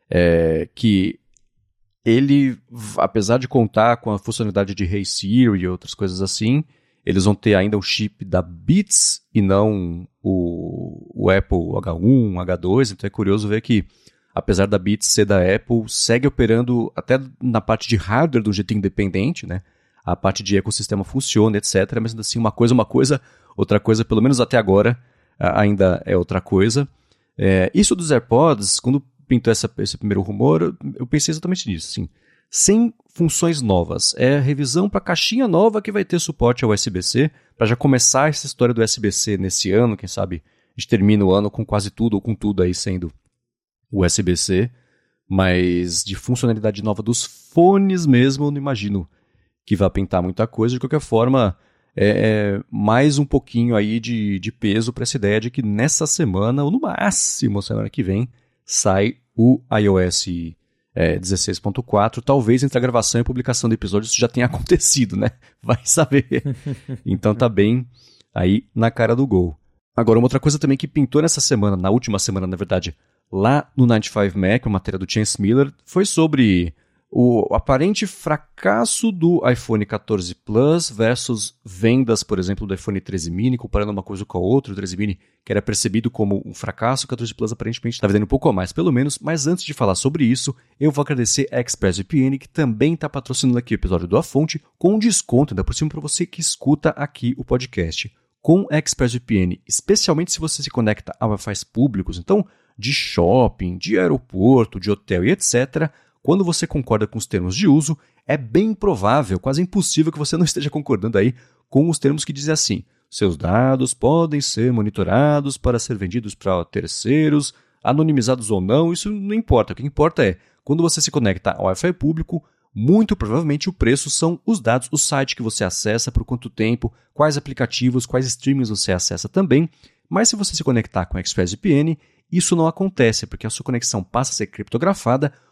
é, que ele, apesar de contar com a funcionalidade de Hey Siri e outras coisas assim, eles vão ter ainda o chip da Beats e não o, o Apple H um, H dois, então é curioso ver que, apesar da Beats ser da Apple, segue operando até na parte de hardware de um jeito independente, né? A parte de ecossistema funciona, etcétera, mas assim, uma coisa é uma coisa, outra coisa, pelo menos até agora, ainda é outra coisa. É, isso dos AirPods, quando pintou essa, esse primeiro rumor, eu pensei exatamente nisso, assim, sem funções novas. É revisão para caixinha nova que vai ter suporte ao U S B C, para já começar essa história do U S B C nesse ano, quem sabe a gente termina o ano com quase tudo, ou com tudo aí sendo U S B C, mas de funcionalidade nova dos fones mesmo, eu não imagino que vai pintar muita coisa. De qualquer forma, é, é mais um pouquinho aí de, de peso para essa ideia de que nessa semana, ou no máximo semana que vem, sai o iOS é, dezesseis ponto quatro, talvez entre a gravação e a publicação do episódio isso já tenha acontecido, né? Vai saber. Então tá bem aí na cara do gol. Agora, uma outra coisa também que pintou nessa semana, na última semana, na verdade, lá no noventa e cinco Mac, uma matéria do Chance Miller, foi sobre o aparente fracasso do iPhone quatorze Plus versus vendas, por exemplo, do iPhone treze mini, comparando uma coisa com a outra. O treze mini, que era percebido como um fracasso, o quatorze Plus aparentemente está vendendo um pouco a mais, pelo menos. Mas antes de falar sobre isso, eu vou agradecer a ExpressVPN, que também está patrocinando aqui o episódio do A Fonte, com um desconto, ainda por cima, para você que escuta aqui o podcast. Com a ExpressVPN, especialmente se você se conecta a Wi-Fi públicos, então de shopping, de aeroporto, de hotel e etcétera, quando você concorda com os termos de uso, é bem provável, quase impossível que você não esteja concordando aí com os termos que dizem assim: seus dados podem ser monitorados para ser vendidos para terceiros, anonimizados ou não, isso não importa. O que importa é, quando você se conecta ao Wi-Fi público, muito provavelmente o preço são os dados, o site que você acessa, por quanto tempo, quais aplicativos, quais streamings você acessa também. Mas se você se conectar com a ExpressVPN, isso não acontece, porque a sua conexão passa a ser criptografada,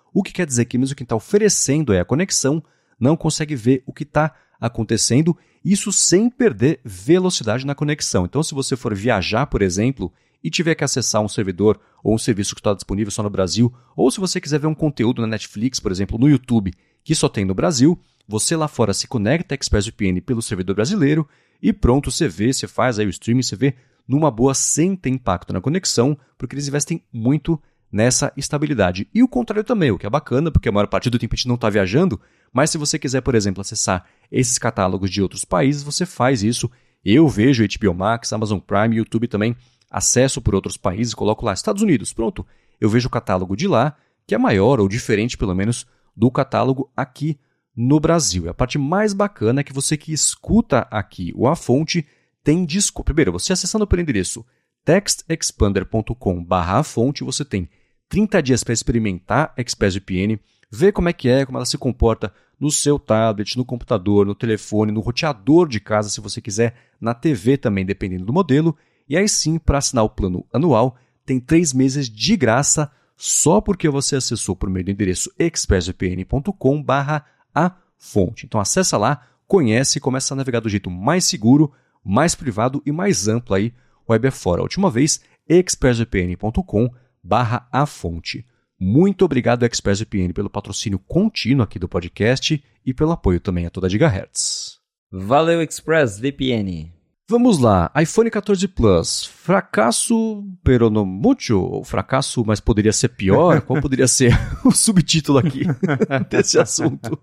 o que quer dizer que mesmo quem está oferecendo aí a conexão não consegue ver o que está acontecendo, isso sem perder velocidade na conexão. Então, se você for viajar, por exemplo, e tiver que acessar um servidor ou um serviço que está disponível só no Brasil, ou se você quiser ver um conteúdo na Netflix, por exemplo, no YouTube, que só tem no Brasil, você lá fora se conecta a ExpressVPN pelo servidor brasileiro e pronto, você vê, você faz aí o streaming, você vê numa boa sem ter impacto na conexão, porque eles investem muito nessa estabilidade. E o contrário também, o que é bacana, porque a maior parte do tempo a gente não está viajando, mas se você quiser, por exemplo, acessar esses catálogos de outros países, você faz isso. Eu vejo H B O Max, Amazon Prime, YouTube também, acesso por outros países, coloco lá Estados Unidos, pronto. Eu vejo o catálogo de lá, que é maior ou diferente, pelo menos, do catálogo aqui no Brasil. E a parte mais bacana é que você que escuta aqui o A Fonte tem desconto. Primeiro, você acessando pelo endereço textexpander ponto com barra a fonte, você tem trinta dias para experimentar a ExpressVPN, ver como é que é, como ela se comporta no seu tablet, no computador, no telefone, no roteador de casa, se você quiser, na T V também, dependendo do modelo. E aí sim, para assinar o plano anual, tem três meses de graça só porque você acessou por meio do endereço expressvpn ponto com barra a fonte. Então acessa lá, conhece e começa a navegar do jeito mais seguro, mais privado e mais amplo aí, web afora. A última vez, expressvpn ponto com barra a fonte. Muito obrigado, ExpressVPN, pelo patrocínio contínuo aqui do podcast e pelo apoio também a toda a Gigahertz. Valeu, ExpressVPN. Vamos lá, iPhone quatorze Plus, fracasso pero no mucho, ou fracasso, mas poderia ser pior? Qual poderia ser o subtítulo aqui desse assunto?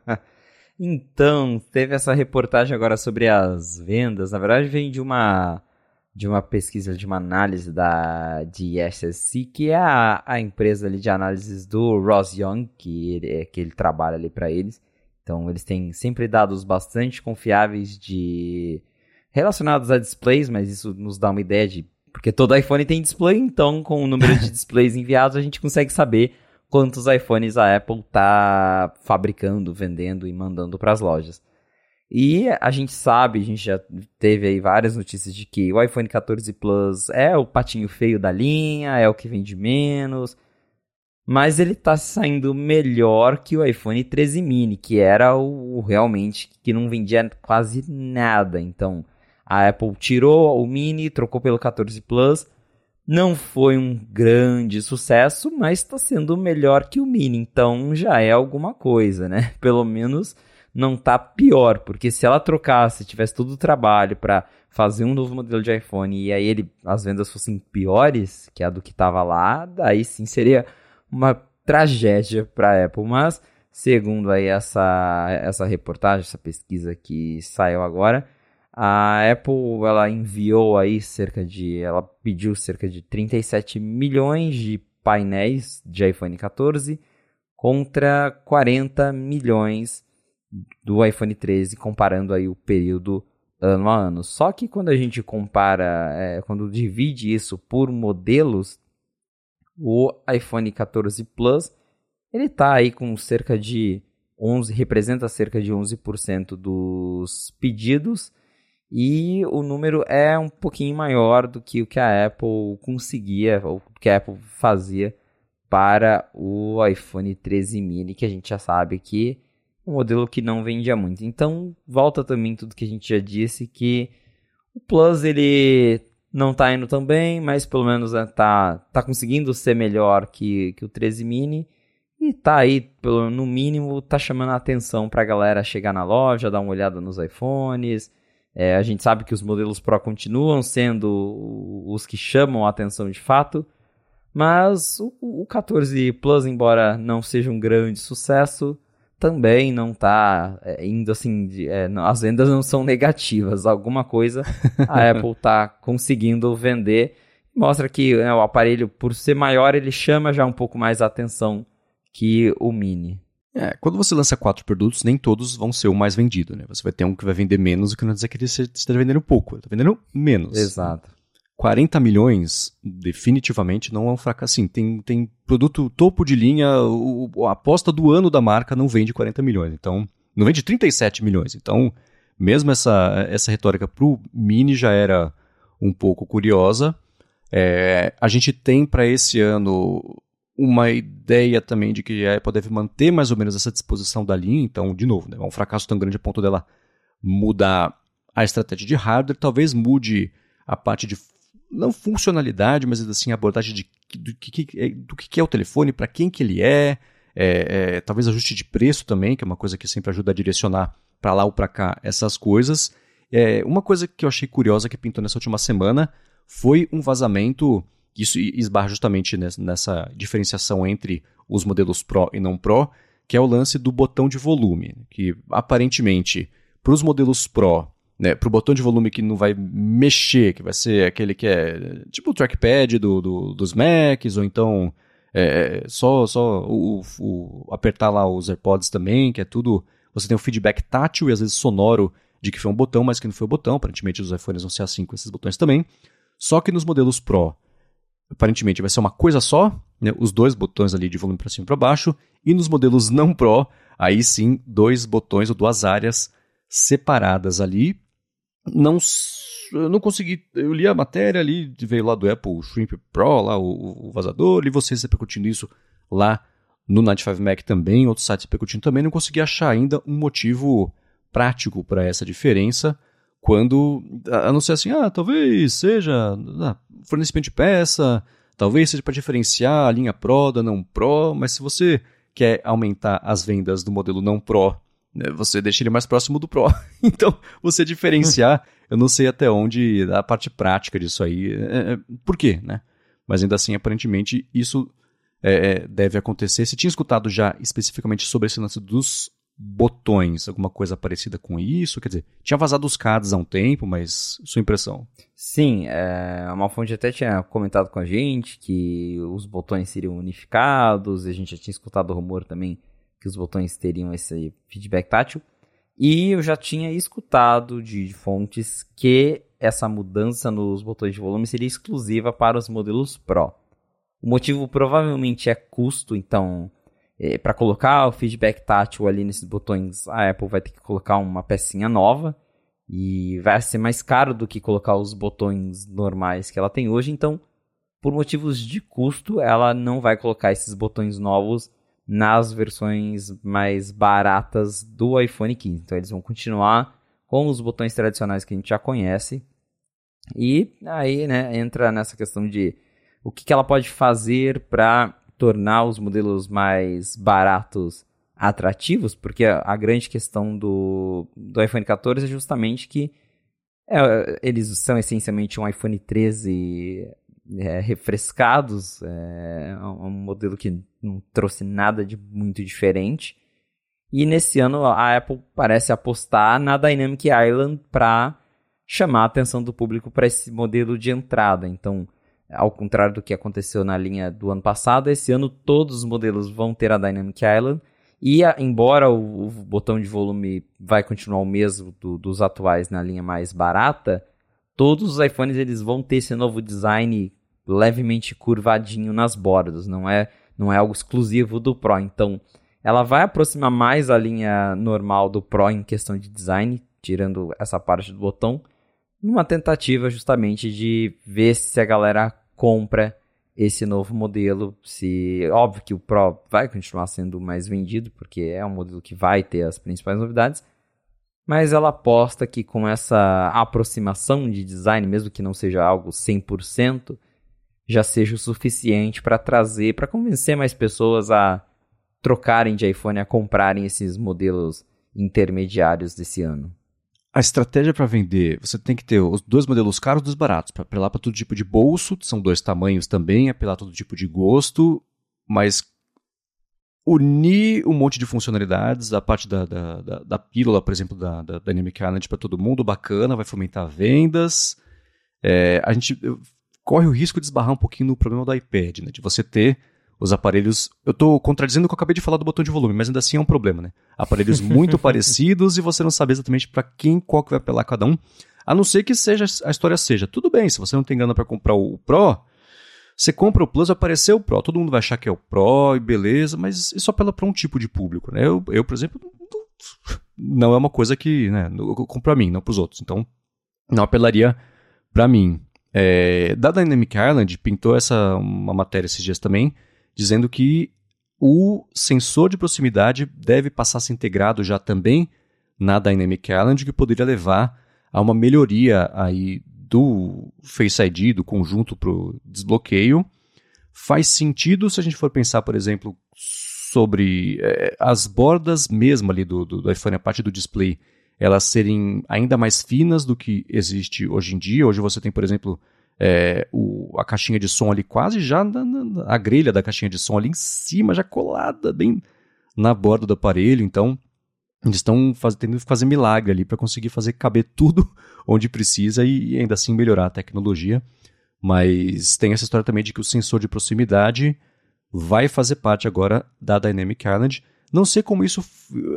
Então, teve essa reportagem agora sobre as vendas, na verdade vem de uma, de uma pesquisa, de uma análise da D S S C, que é a, a empresa ali de análises do Ross Young, que ele, que ele trabalha ali para eles. Então, eles têm sempre dados bastante confiáveis de... relacionados a displays, mas isso nos dá uma ideia de... Porque todo iPhone tem display, então com o número de displays enviados a gente consegue saber quantos iPhones a Apple está fabricando, vendendo e mandando para as lojas. E a gente sabe, a gente já teve aí várias notícias de que o iPhone quatorze Plus é o patinho feio da linha, é o que vende menos, mas ele está saindo melhor que o iPhone treze mini, que era o, o realmente que não vendia quase nada. Então a Apple tirou o mini, trocou pelo quatorze Plus. Não foi um grande sucesso, mas está sendo melhor que o mini. Então já é alguma coisa, né? Pelo menos não está pior. Porque se ela trocasse, tivesse todo o trabalho para fazer um novo modelo de iPhone e aí ele, as vendas fossem piores que a do que estava lá, daí sim seria uma tragédia para a Apple. Mas segundo aí essa, essa reportagem, essa pesquisa que saiu agora, a Apple, ela enviou aí cerca de, ela pediu cerca de trinta e sete milhões de painéis de iPhone quatorze contra quarenta milhões do iPhone treze, comparando aí o período ano a ano. Só que quando a gente compara, é, quando divide isso por modelos, o iPhone quatorze Plus, ele tá aí com cerca de onze, representa cerca de onze por cento dos pedidos. E o número é um pouquinho maior do que o que a Apple conseguia, ou que a Apple fazia para o iPhone treze mini, que a gente já sabe que é um modelo que não vendia muito. Então, volta também tudo que a gente já disse, que o Plus ele não está indo tão bem, mas pelo menos está tá conseguindo ser melhor que, que o treze mini. E tá aí, pelo, no mínimo, tá chamando a atenção para a galera chegar na loja, dar uma olhada nos iPhones. É, a gente sabe que os modelos Pro continuam sendo os que chamam a atenção de fato, mas o, o quatorze Plus, embora não seja um grande sucesso, também não está é, indo assim, de, é, não, as vendas não são negativas, alguma coisa a Apple está conseguindo vender, mostra que né, o aparelho, por ser maior, ele chama já um pouco mais a atenção que o Mini. É, quando você lança quatro produtos, nem todos vão ser o mais vendido, né? Você vai ter um que vai vender menos, o que não quer dizer que ele esteja vendendo pouco. Ele está vendendo menos. Exato. quarenta milhões, definitivamente, não é um fracasso. Assim, tem, tem produto topo de linha, o, a aposta do ano da marca não vende quarenta milhões. Então, não vende trinta e sete milhões. Então, mesmo essa, essa retórica para o Mini já era um pouco curiosa. É, a gente tem para esse ano uma ideia também de que a Apple deve manter mais ou menos essa disposição da linha. Então, de novo, né, é um fracasso tão grande a ponto dela mudar a estratégia de hardware, talvez mude a parte de, não funcionalidade, mas assim, a abordagem de, do, que, do que é o telefone, para quem que ele é, é, é, talvez ajuste de preço também, que é uma coisa que sempre ajuda a direcionar para lá ou para cá essas coisas. É, uma coisa que eu achei curiosa que pintou nessa última semana foi um vazamento, isso esbarra justamente nessa, nessa diferenciação entre os modelos Pro e não Pro, que é o lance do botão de volume, que aparentemente para os modelos Pro, né, para o botão de volume que não vai mexer, que vai ser aquele que é tipo o trackpad do, do, dos Macs, ou então é, só, só o, o, apertar lá os AirPods também, que é tudo, você tem um feedback tátil e às vezes sonoro de que foi um botão, mas que não foi o botão. Aparentemente os iPhones vão ser assim com esses botões também. Só que nos modelos Pro, aparentemente vai ser uma coisa só, né, os dois botões ali de volume para cima e para baixo, e nos modelos não Pro, aí sim, dois botões ou duas áreas separadas ali. Não, eu não consegui, eu li a matéria ali, veio lá do Apple Shrimp Pro, lá o, o vazador, li vocês repercutindo isso lá no noventa e cinco Mac também, outros sites repercutindo também, não consegui achar ainda um motivo prático para essa diferença, quando, a não ser assim, ah, talvez seja ah, fornecimento de peça, talvez seja para diferenciar a linha Pro da não Pro, mas se você quer aumentar as vendas do modelo não Pro, né, você deixa ele mais próximo do Pro. Então, você diferenciar, eu não sei até onde a parte prática disso aí, é, é, por quê, né? Mas ainda assim, aparentemente, isso é, deve acontecer. Você tinha escutado já especificamente sobre esse lance dos botões, alguma coisa parecida com isso? Quer dizer, tinha vazado os cards há um tempo, mas sua impressão? Sim, é, uma fonte até tinha comentado com a gente que os botões seriam unificados, e a gente já tinha escutado o rumor também que os botões teriam esse feedback tátil, e eu já tinha escutado de, de fontes que essa mudança nos botões de volume seria exclusiva para os modelos Pro. O motivo provavelmente é custo, então É, para colocar o feedback tátil ali nesses botões, a Apple vai ter que colocar uma pecinha nova e vai ser mais caro do que colocar os botões normais que ela tem hoje. Então, por motivos de custo, ela não vai colocar esses botões novos nas versões mais baratas do iPhone quinze. Então, eles vão continuar com os botões tradicionais que a gente já conhece. E aí, né, entra nessa questão de o que, que ela pode fazer para tornar os modelos mais baratos atrativos, porque a, a grande questão do, do iPhone quatorze é justamente que é, eles são essencialmente um iPhone treze é, refrescados, é um modelo que não trouxe nada de muito diferente, e nesse ano a Apple parece apostar na Dynamic Island para chamar a atenção do público para esse modelo de entrada. Então, ao contrário do que aconteceu na linha do ano passado, esse ano todos os modelos vão ter a Dynamic Island, e a, embora o, o botão de volume vai continuar o mesmo do, dos atuais na linha mais barata, todos os iPhones eles vão ter esse novo design levemente curvadinho nas bordas, não é, não é algo exclusivo do Pro. Então, ela vai aproximar mais a linha normal do Pro em questão de design, tirando essa parte do botão, numa tentativa justamente de ver se a galera compra esse novo modelo. Se, óbvio que o Pro vai continuar sendo mais vendido, porque é um modelo que vai ter as principais novidades, mas ela aposta que com essa aproximação de design, mesmo que não seja algo cem por cento, já seja o suficiente para trazer, para convencer mais pessoas a trocarem de iPhone, a comprarem esses modelos intermediários desse ano. A estratégia para vender, você tem que ter os dois modelos caros e dos baratos, para apelar para todo tipo de bolso, são dois tamanhos também, apelar a todo tipo de gosto, mas unir um monte de funcionalidades, a parte da, da, da, da pílula, por exemplo, da, da Dynamic Island para todo mundo, bacana, vai fomentar vendas. É, a gente corre o risco de esbarrar um pouquinho no problema do iPad, né, de você ter os aparelhos... Eu estou contradizendo o que eu acabei de falar do botão de volume, mas ainda assim é um problema, né? Aparelhos muito parecidos e você não sabe exatamente para quem, qual que vai apelar cada um. A não ser que seja, a história seja, tudo bem, se você não tem grana para comprar o Pro, você compra o Plus, vai aparecer o Pro. Todo mundo vai achar que é o Pro e beleza, mas isso apela para um tipo de público, né? Eu, eu por exemplo, não é uma coisa que... né, eu compro para mim, não para os outros. Então, não apelaria para mim. É, da Dynamic Island, pintou essa, uma matéria esses dias também, dizendo que o sensor de proximidade deve passar a ser integrado já também na Dynamic Island, que poderia levar a uma melhoria aí do Face I D, do conjunto para o desbloqueio. Faz sentido se a gente for pensar, por exemplo, sobre é, as bordas mesmo ali do, do, do iPhone, a parte do display, elas serem ainda mais finas do que existe hoje em dia. Hoje você tem, por exemplo, é, o, a caixinha de som ali quase já, na, na, a grelha da caixinha de som ali em cima, já colada bem na borda do aparelho. Então, eles estão faz, tendo que fazer milagre ali para conseguir fazer caber tudo onde precisa e, e ainda assim melhorar a tecnologia. Mas tem essa história também de que o sensor de proximidade vai fazer parte agora da Dynamic Island. Não sei como isso...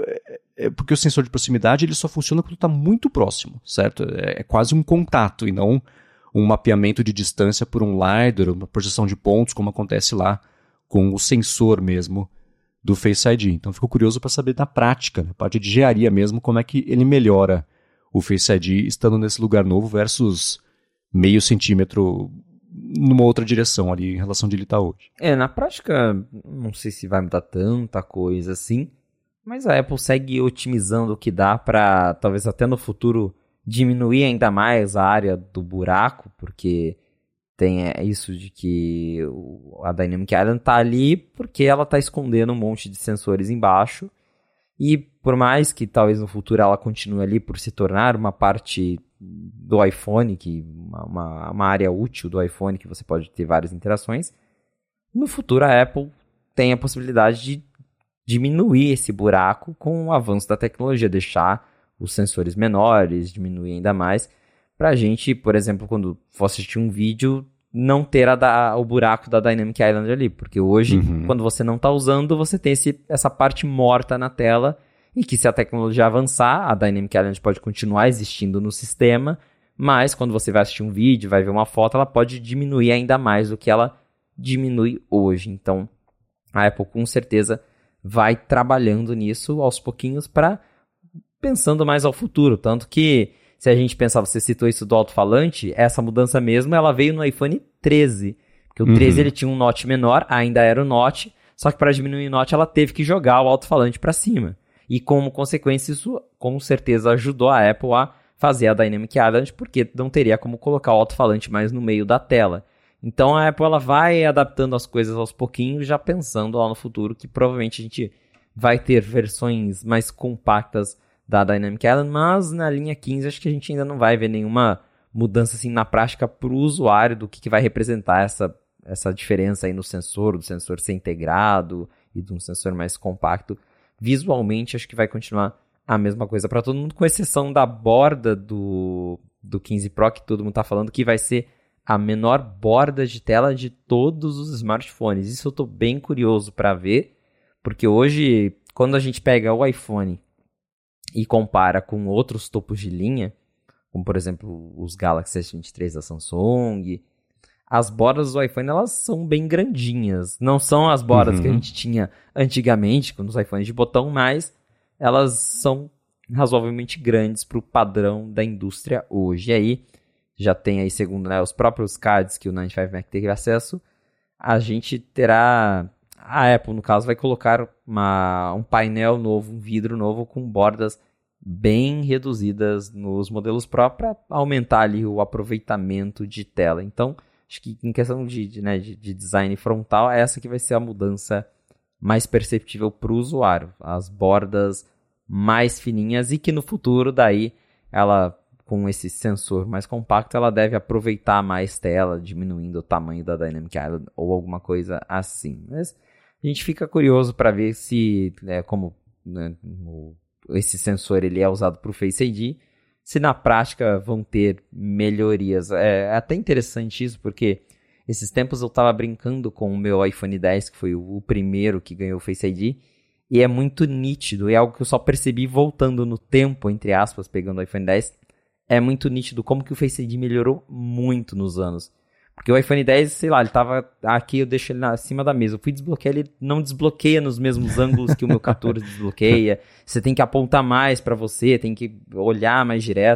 É porque o sensor de proximidade ele só funciona quando está muito próximo, certo? É quase um contato e não um mapeamento de distância por um LiDAR, uma projeção de pontos, como acontece lá com o sensor mesmo do Face I D. Então, fico curioso para saber na prática, na parte de engenharia mesmo, como é que ele melhora o Face I D estando nesse lugar novo versus meio centímetro numa outra direção ali em relação de ele estar hoje. É, na prática, não sei se vai mudar tanta coisa assim, mas a Apple segue otimizando o que dá para, talvez até no futuro, diminuir ainda mais a área do buraco, porque tem isso de que a Dynamic Island está ali porque ela está escondendo um monte de sensores embaixo, e por mais que talvez no futuro ela continue ali por se tornar uma parte do iPhone, que uma, uma, uma área útil do iPhone, que você pode ter várias interações, no futuro a Apple tem a possibilidade de diminuir esse buraco com o avanço da tecnologia, deixar os sensores menores, diminuir ainda mais, para a gente, por exemplo, quando for assistir um vídeo, não ter a da, o buraco da Dynamic Island ali, porque hoje, uhum. quando você não está usando, você tem esse, essa parte morta na tela, e que se a tecnologia avançar, a Dynamic Island pode continuar existindo no sistema, mas quando você vai assistir um vídeo, vai ver uma foto, ela pode diminuir ainda mais do que ela diminui hoje. Então, a Apple com certeza vai trabalhando nisso aos pouquinhos para pensando mais ao futuro. Tanto que, se a gente pensar, você citou isso do alto-falante, essa mudança mesmo, ela veio no iPhone treze. Porque o uhum. treze ele tinha um notch menor, ainda era o notch, só que para diminuir o notch ela teve que jogar o alto-falante para cima. E como consequência, isso com certeza ajudou a Apple a fazer a Dynamic Island, porque não teria como colocar o alto-falante mais no meio da tela. Então a Apple ela vai adaptando as coisas aos pouquinhos, já pensando lá no futuro que provavelmente a gente vai ter versões mais compactas da Dynamic Island, mas na linha quinze acho que a gente ainda não vai ver nenhuma mudança assim na prática para o usuário do que, que vai representar essa, essa diferença aí no sensor, do sensor ser integrado e de um sensor mais compacto. Visualmente, acho que vai continuar a mesma coisa para todo mundo, com exceção da borda do, do quinze Pro, que todo mundo está falando que vai ser a menor borda de tela de todos os smartphones. Isso eu estou bem curioso para ver, porque hoje, quando a gente pega o iPhone e compara com outros topos de linha, como por exemplo os Galaxy S vinte e três da Samsung, as bordas do iPhone elas são bem grandinhas. Não são as bordas uhum. que a gente tinha antigamente, com os iPhones de botão, mas elas são razoavelmente grandes para o padrão da indústria hoje. E aí, já tem aí, segundo né, os próprios cards que o noventa e cinco Mac teve acesso, a gente terá... A Apple, no caso, vai colocar uma, um painel novo, um vidro novo com bordas bem reduzidas nos modelos Pro para aumentar ali o aproveitamento de tela. Então, acho que em questão de, de, né, de, de design frontal, essa que vai ser a mudança mais perceptível para o usuário. As bordas mais fininhas e que no futuro, daí, ela, com esse sensor mais compacto, ela deve aproveitar mais tela, diminuindo o tamanho da Dynamic Island ou alguma coisa assim. Mas a gente fica curioso para ver se, né, como né, o, esse sensor ele é usado para o Face I D, se na prática vão ter melhorias. É até interessante isso, porque esses tempos eu estava brincando com o meu iPhone dez, que foi o primeiro que ganhou o Face I D, e é muito nítido, é algo que eu só percebi voltando no tempo, entre aspas, pegando o iPhone dez, é muito nítido como que o Face I D melhorou muito nos anos. Porque o iPhone dez, sei lá, ele tava aqui, eu deixo ele acima da mesa. Eu fui desbloquear, ele não desbloqueia nos mesmos ângulos que o meu quatorze desbloqueia. Você tem que apontar mais pra você, tem que olhar mais direto.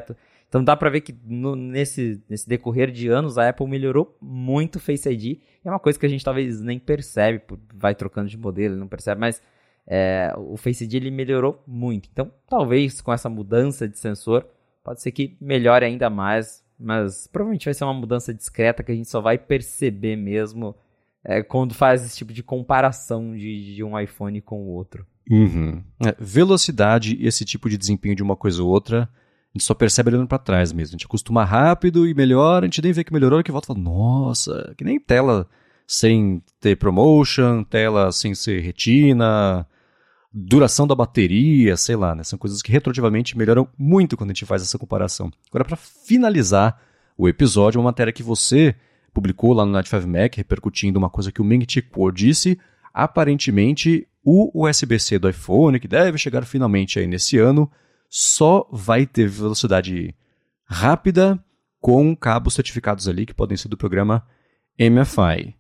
Então dá pra ver que no, nesse, nesse decorrer de anos a Apple melhorou muito o Face I D. É uma coisa que a gente talvez nem percebe, vai trocando de modelo, não percebe, mas é, o Face I D ele melhorou muito. Então talvez com essa mudança de sensor, pode ser que melhore ainda mais, mas provavelmente vai ser uma mudança discreta que a gente só vai perceber mesmo é, quando faz esse tipo de comparação de, de um iPhone com o outro. Uhum. É, velocidade e esse tipo de desempenho de uma coisa ou outra, a gente só percebe olhando pra trás mesmo. A gente acostuma rápido e melhora, a gente nem vê que melhorou, que volta e fala, nossa, que nem tela sem ter ProMotion, tela sem ser retina, duração da bateria, sei lá, né? São coisas que retroativamente melhoram muito quando a gente faz essa comparação. Agora, para finalizar o episódio, uma matéria que você publicou lá no Night five Mac, repercutindo uma coisa que o Ming-Chi Kuo disse, aparentemente o U S B C do iPhone, que deve chegar finalmente aí nesse ano, só vai ter velocidade rápida com cabos certificados ali, que podem ser do programa M F I.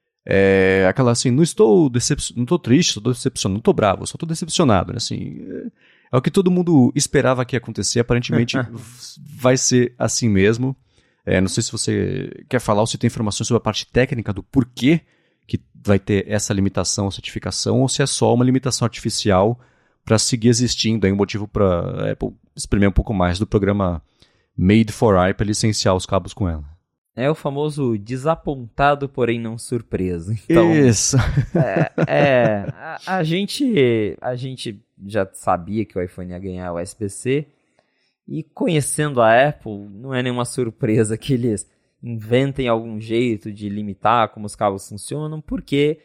É aquela assim, não estou decepcionado, não estou triste, estou decepcionado, não estou bravo, só estou decepcionado. Né? Assim, é, é o que todo mundo esperava que ia acontecer, aparentemente vai ser assim mesmo. É, não sei se você quer falar ou se tem informações sobre a parte técnica do porquê que vai ter essa limitação, certificação, ou se é só uma limitação artificial para seguir existindo, aí um motivo para Apple experimentar um pouco mais do programa Made for I para licenciar os cabos com ela. É o famoso desapontado, porém não surpreso. Então, isso. É, é a, a, gente, a gente já sabia que o iPhone ia ganhar o U S B C, e conhecendo a Apple, não é nenhuma surpresa que eles inventem algum jeito de limitar como os cabos funcionam, porque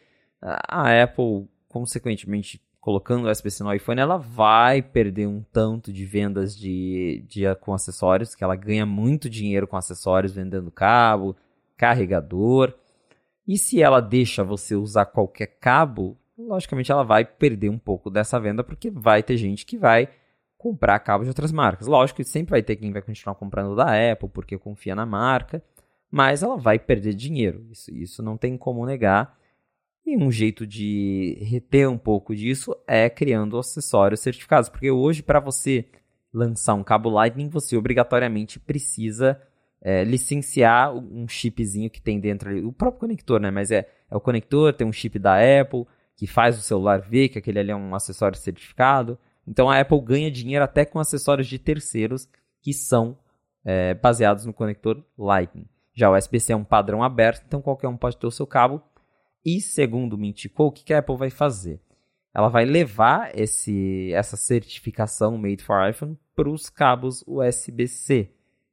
a Apple, consequentemente, colocando o U S B C no iPhone, ela vai perder um tanto de vendas de, de, com acessórios, que ela ganha muito dinheiro com acessórios, vendendo cabo, carregador. E se ela deixa você usar qualquer cabo, logicamente ela vai perder um pouco dessa venda, porque vai ter gente que vai comprar cabos de outras marcas. Lógico que sempre vai ter quem vai continuar comprando da Apple, porque confia na marca, mas ela vai perder dinheiro. Isso, isso não tem como negar. E um jeito de reter um pouco disso é criando acessórios certificados. Porque hoje, para você lançar um cabo Lightning, você obrigatoriamente precisa é, licenciar um chipzinho que tem dentro ali. O próprio conector, né? Mas é, é o conector, tem um chip da Apple, que faz o celular ver que aquele ali é um acessório certificado. Então a Apple ganha dinheiro até com acessórios de terceiros que são é, baseados no conector Lightning. Já o U S B C é um padrão aberto, então qualquer um pode ter o seu cabo. E segundo o Ming-Chi Kuo, o que a Apple vai fazer? Ela vai levar esse, essa certificação Made for iPhone para os cabos U S B C.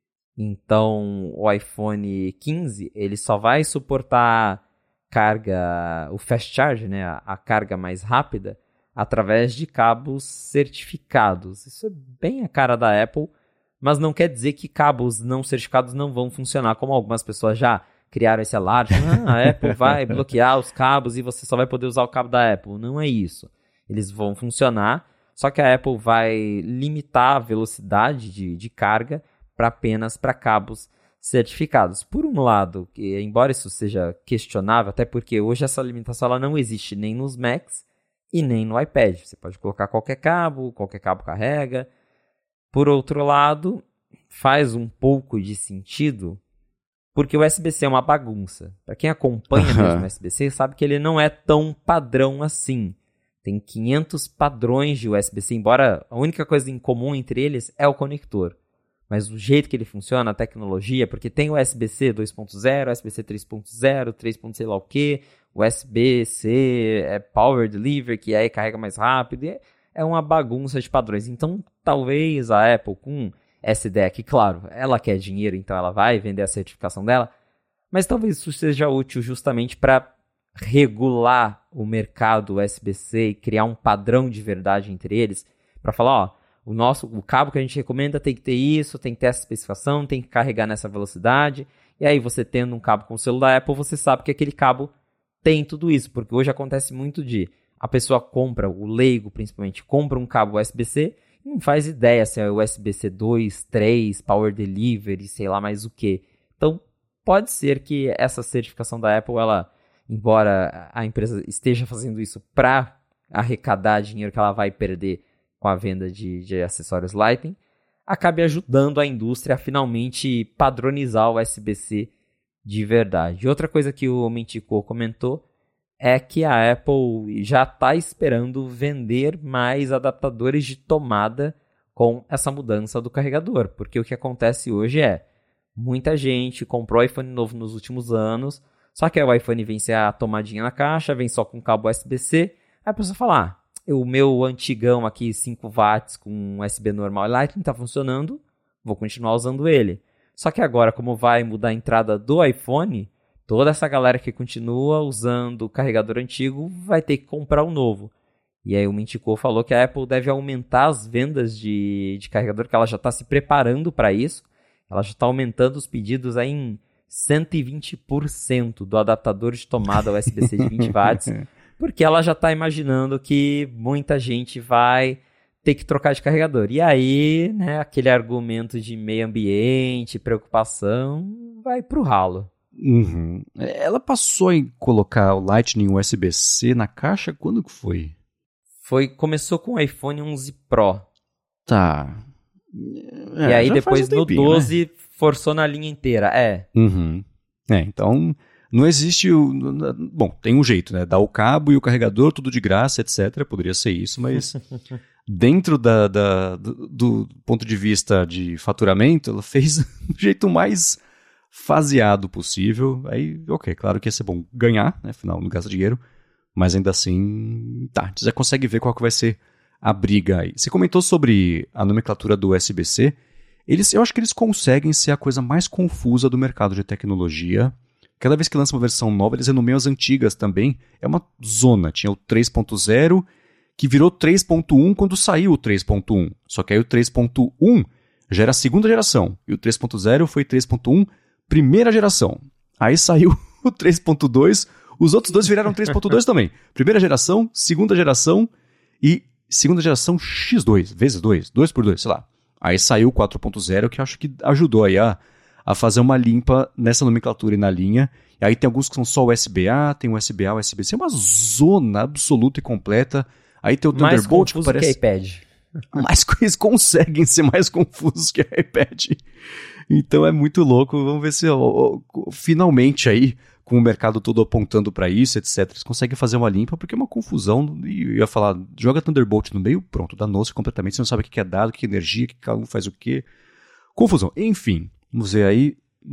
Então, o iPhone quinze ele só vai suportar carga, o fast charge, né, a, a carga mais rápida, através de cabos certificados. Isso é bem a cara da Apple, mas não quer dizer que cabos não certificados não vão funcionar, como algumas pessoas já criaram esse alarde, ah, a Apple vai bloquear os cabos e você só vai poder usar o cabo da Apple. Não é isso. Eles vão funcionar, só que a Apple vai limitar a velocidade de, de carga para apenas para cabos certificados. Por um lado, que, embora isso seja questionável, até porque hoje essa limitação ela não existe nem nos Macs e nem no iPad. Você pode colocar qualquer cabo, qualquer cabo carrega. Por outro lado, faz um pouco de sentido porque o U S B C é uma bagunça. Para quem acompanha mesmo o U S B C, sabe que ele não é tão padrão assim. Tem quinhentos padrões de U S B C, embora a única coisa em comum entre eles é o conector. Mas o jeito que ele funciona, a tecnologia, porque tem o U S B C dois ponto zero, U S B C três ponto zero, três. sei lá o que, U S B C é Power Delivery, que aí carrega mais rápido, e é uma bagunça de padrões. Então, talvez a Apple com essa ideia que, claro, ela quer dinheiro, então ela vai vender a certificação dela, mas talvez isso seja útil justamente para regular o mercado U S B C e criar um padrão de verdade entre eles, para falar, ó, o nosso, o cabo que a gente recomenda tem que ter isso, tem que ter essa especificação, tem que carregar nessa velocidade, e aí você tendo um cabo com o selo da Apple, você sabe que aquele cabo tem tudo isso, porque hoje acontece muito de a pessoa compra, o leigo principalmente, compra um cabo U S B C e não faz ideia se é U S B C dois, três, Power Delivery, sei lá mais o que. Então, pode ser que essa certificação da Apple, ela, embora a empresa esteja fazendo isso para arrecadar dinheiro que ela vai perder com a venda de, de acessórios Lightning, acabe ajudando a indústria a finalmente padronizar o U S B C de verdade. E outra coisa que o Mintico comentou é que a Apple já está esperando vender mais adaptadores de tomada com essa mudança do carregador, porque o que acontece hoje é, muita gente comprou iPhone novo nos últimos anos, só que aí o iPhone vem sem a tomadinha na caixa, vem só com cabo U S B C, aí a pessoa fala, ah, o meu antigão aqui, cinco watts com U S B normal e Lightning está funcionando, vou continuar usando ele. Só que agora, como vai mudar a entrada do iPhone, toda essa galera que continua usando o carregador antigo vai ter que comprar o novo. E aí o Mintico falou que a Apple deve aumentar as vendas de, de carregador, que ela já está se preparando para isso. Ela já está aumentando os pedidos aí em cento e vinte por cento do adaptador de tomada U S B C de vinte watts, porque ela já está imaginando que muita gente vai ter que trocar de carregador. E aí, né, aquele argumento de meio ambiente, preocupação, vai pro ralo. Uhum. Ela passou em colocar o Lightning U S B C na caixa? Quando que foi? Foi, começou com o iPhone onze Pro. Tá. É, e aí depois um tempinho, no doze né? forçou na linha inteira. É. Uhum. É, então não existe o... Bom, tem um jeito, né? Dar o cabo e o carregador, tudo de graça, etcétera. Poderia ser isso, mas dentro da, da, do, do ponto de vista de faturamento, ela fez do jeito mais faseado possível. Aí, ok, claro que ia ser bom ganhar, né? Afinal, não gasta dinheiro. Mas ainda assim, tá, você já consegue ver qual que vai ser a briga aí. Você comentou sobre a nomenclatura do U S B C. Eles, eu acho que eles conseguem ser a coisa mais confusa do mercado de tecnologia. Cada vez que lança uma versão nova, eles renomeiam as antigas também. É uma zona. Tinha o três ponto zero, que virou três ponto um quando saiu o três ponto um. Só que aí o três ponto um já era a segunda geração. E o três ponto zero foi três ponto um, primeira geração. Aí saiu o três ponto dois... Os outros dois viraram três ponto dois também. Primeira geração, segunda geração e segunda geração xis dois, vezes dois, dois por dois, sei lá. Aí saiu o quatro ponto zero, que eu acho que ajudou aí a, a fazer uma limpa nessa nomenclatura e na linha. E aí tem alguns que são só U S B A, tem U S B A, U S B C, é uma zona absoluta e completa. Aí tem o mais Thunderbolt, que parece... que iPad. Mas eles conseguem ser mais confusos que iPad. Então é muito louco. Vamos ver se ó, ó, finalmente aí, com o mercado todo apontando para isso, etcétera, eles conseguem fazer uma limpa, porque é uma confusão. E eu ia falar, joga Thunderbolt no meio, pronto, danou-se completamente. Você não sabe o que é dado, o que é energia, que cada um faz o quê. Confusão. Enfim, vamos ver aí.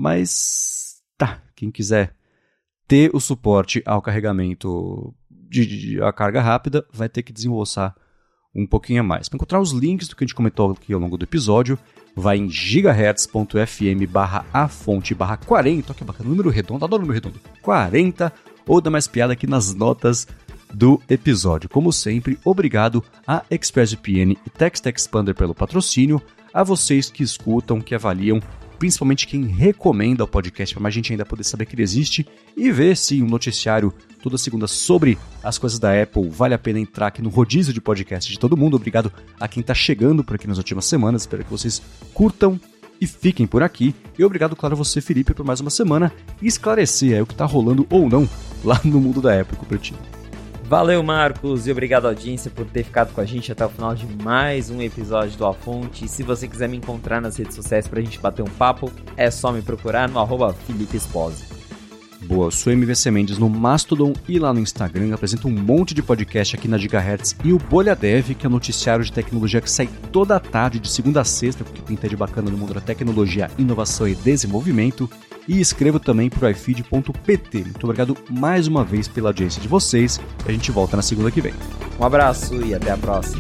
Mas tá, quem quiser ter o suporte ao carregamento de, de, de a carga rápida, vai ter que desembolsar um pouquinho a mais. Para encontrar os links do que a gente comentou aqui ao longo do episódio, vai em gigahertz.fm barra a fonte barra quarenta, que bacana, número redondo, adoro número redondo, quarenta, ou dá mais piada aqui nas notas do episódio. Como sempre, obrigado a ExpressVPN e Text Expander pelo patrocínio, a vocês que escutam, que avaliam, principalmente quem recomenda o podcast para mais gente ainda poder saber que ele existe e ver se um noticiário toda segunda sobre as coisas da Apple vale a pena entrar aqui no rodízio de podcast de todo mundo. Obrigado a quem está chegando por aqui nas últimas semanas. Espero que vocês curtam e fiquem por aqui. E obrigado, claro, a você, Felipe, por mais uma semana e esclarecer aí o que está rolando ou não lá no mundo da Apple, Cupertino. Valeu, Marcos, e obrigado, audiência, por ter ficado com a gente até o final de mais um episódio do A Fonte. E se você quiser me encontrar nas redes sociais pra gente bater um papo, é só me procurar no arroba Felipe Esposa. Boa, eu sou M V C Mendes no Mastodon e lá no Instagram. Apresento um monte de podcast aqui na Gigahertz e o Bolha Dev, que é um noticiário de tecnologia que sai toda a tarde, de segunda a sexta, porque tem de bacana no mundo da tecnologia, inovação e desenvolvimento. E escrevo também para o i feed ponto p t. Muito obrigado mais uma vez pela audiência de vocês. A gente volta na segunda que vem. Um abraço e até a próxima.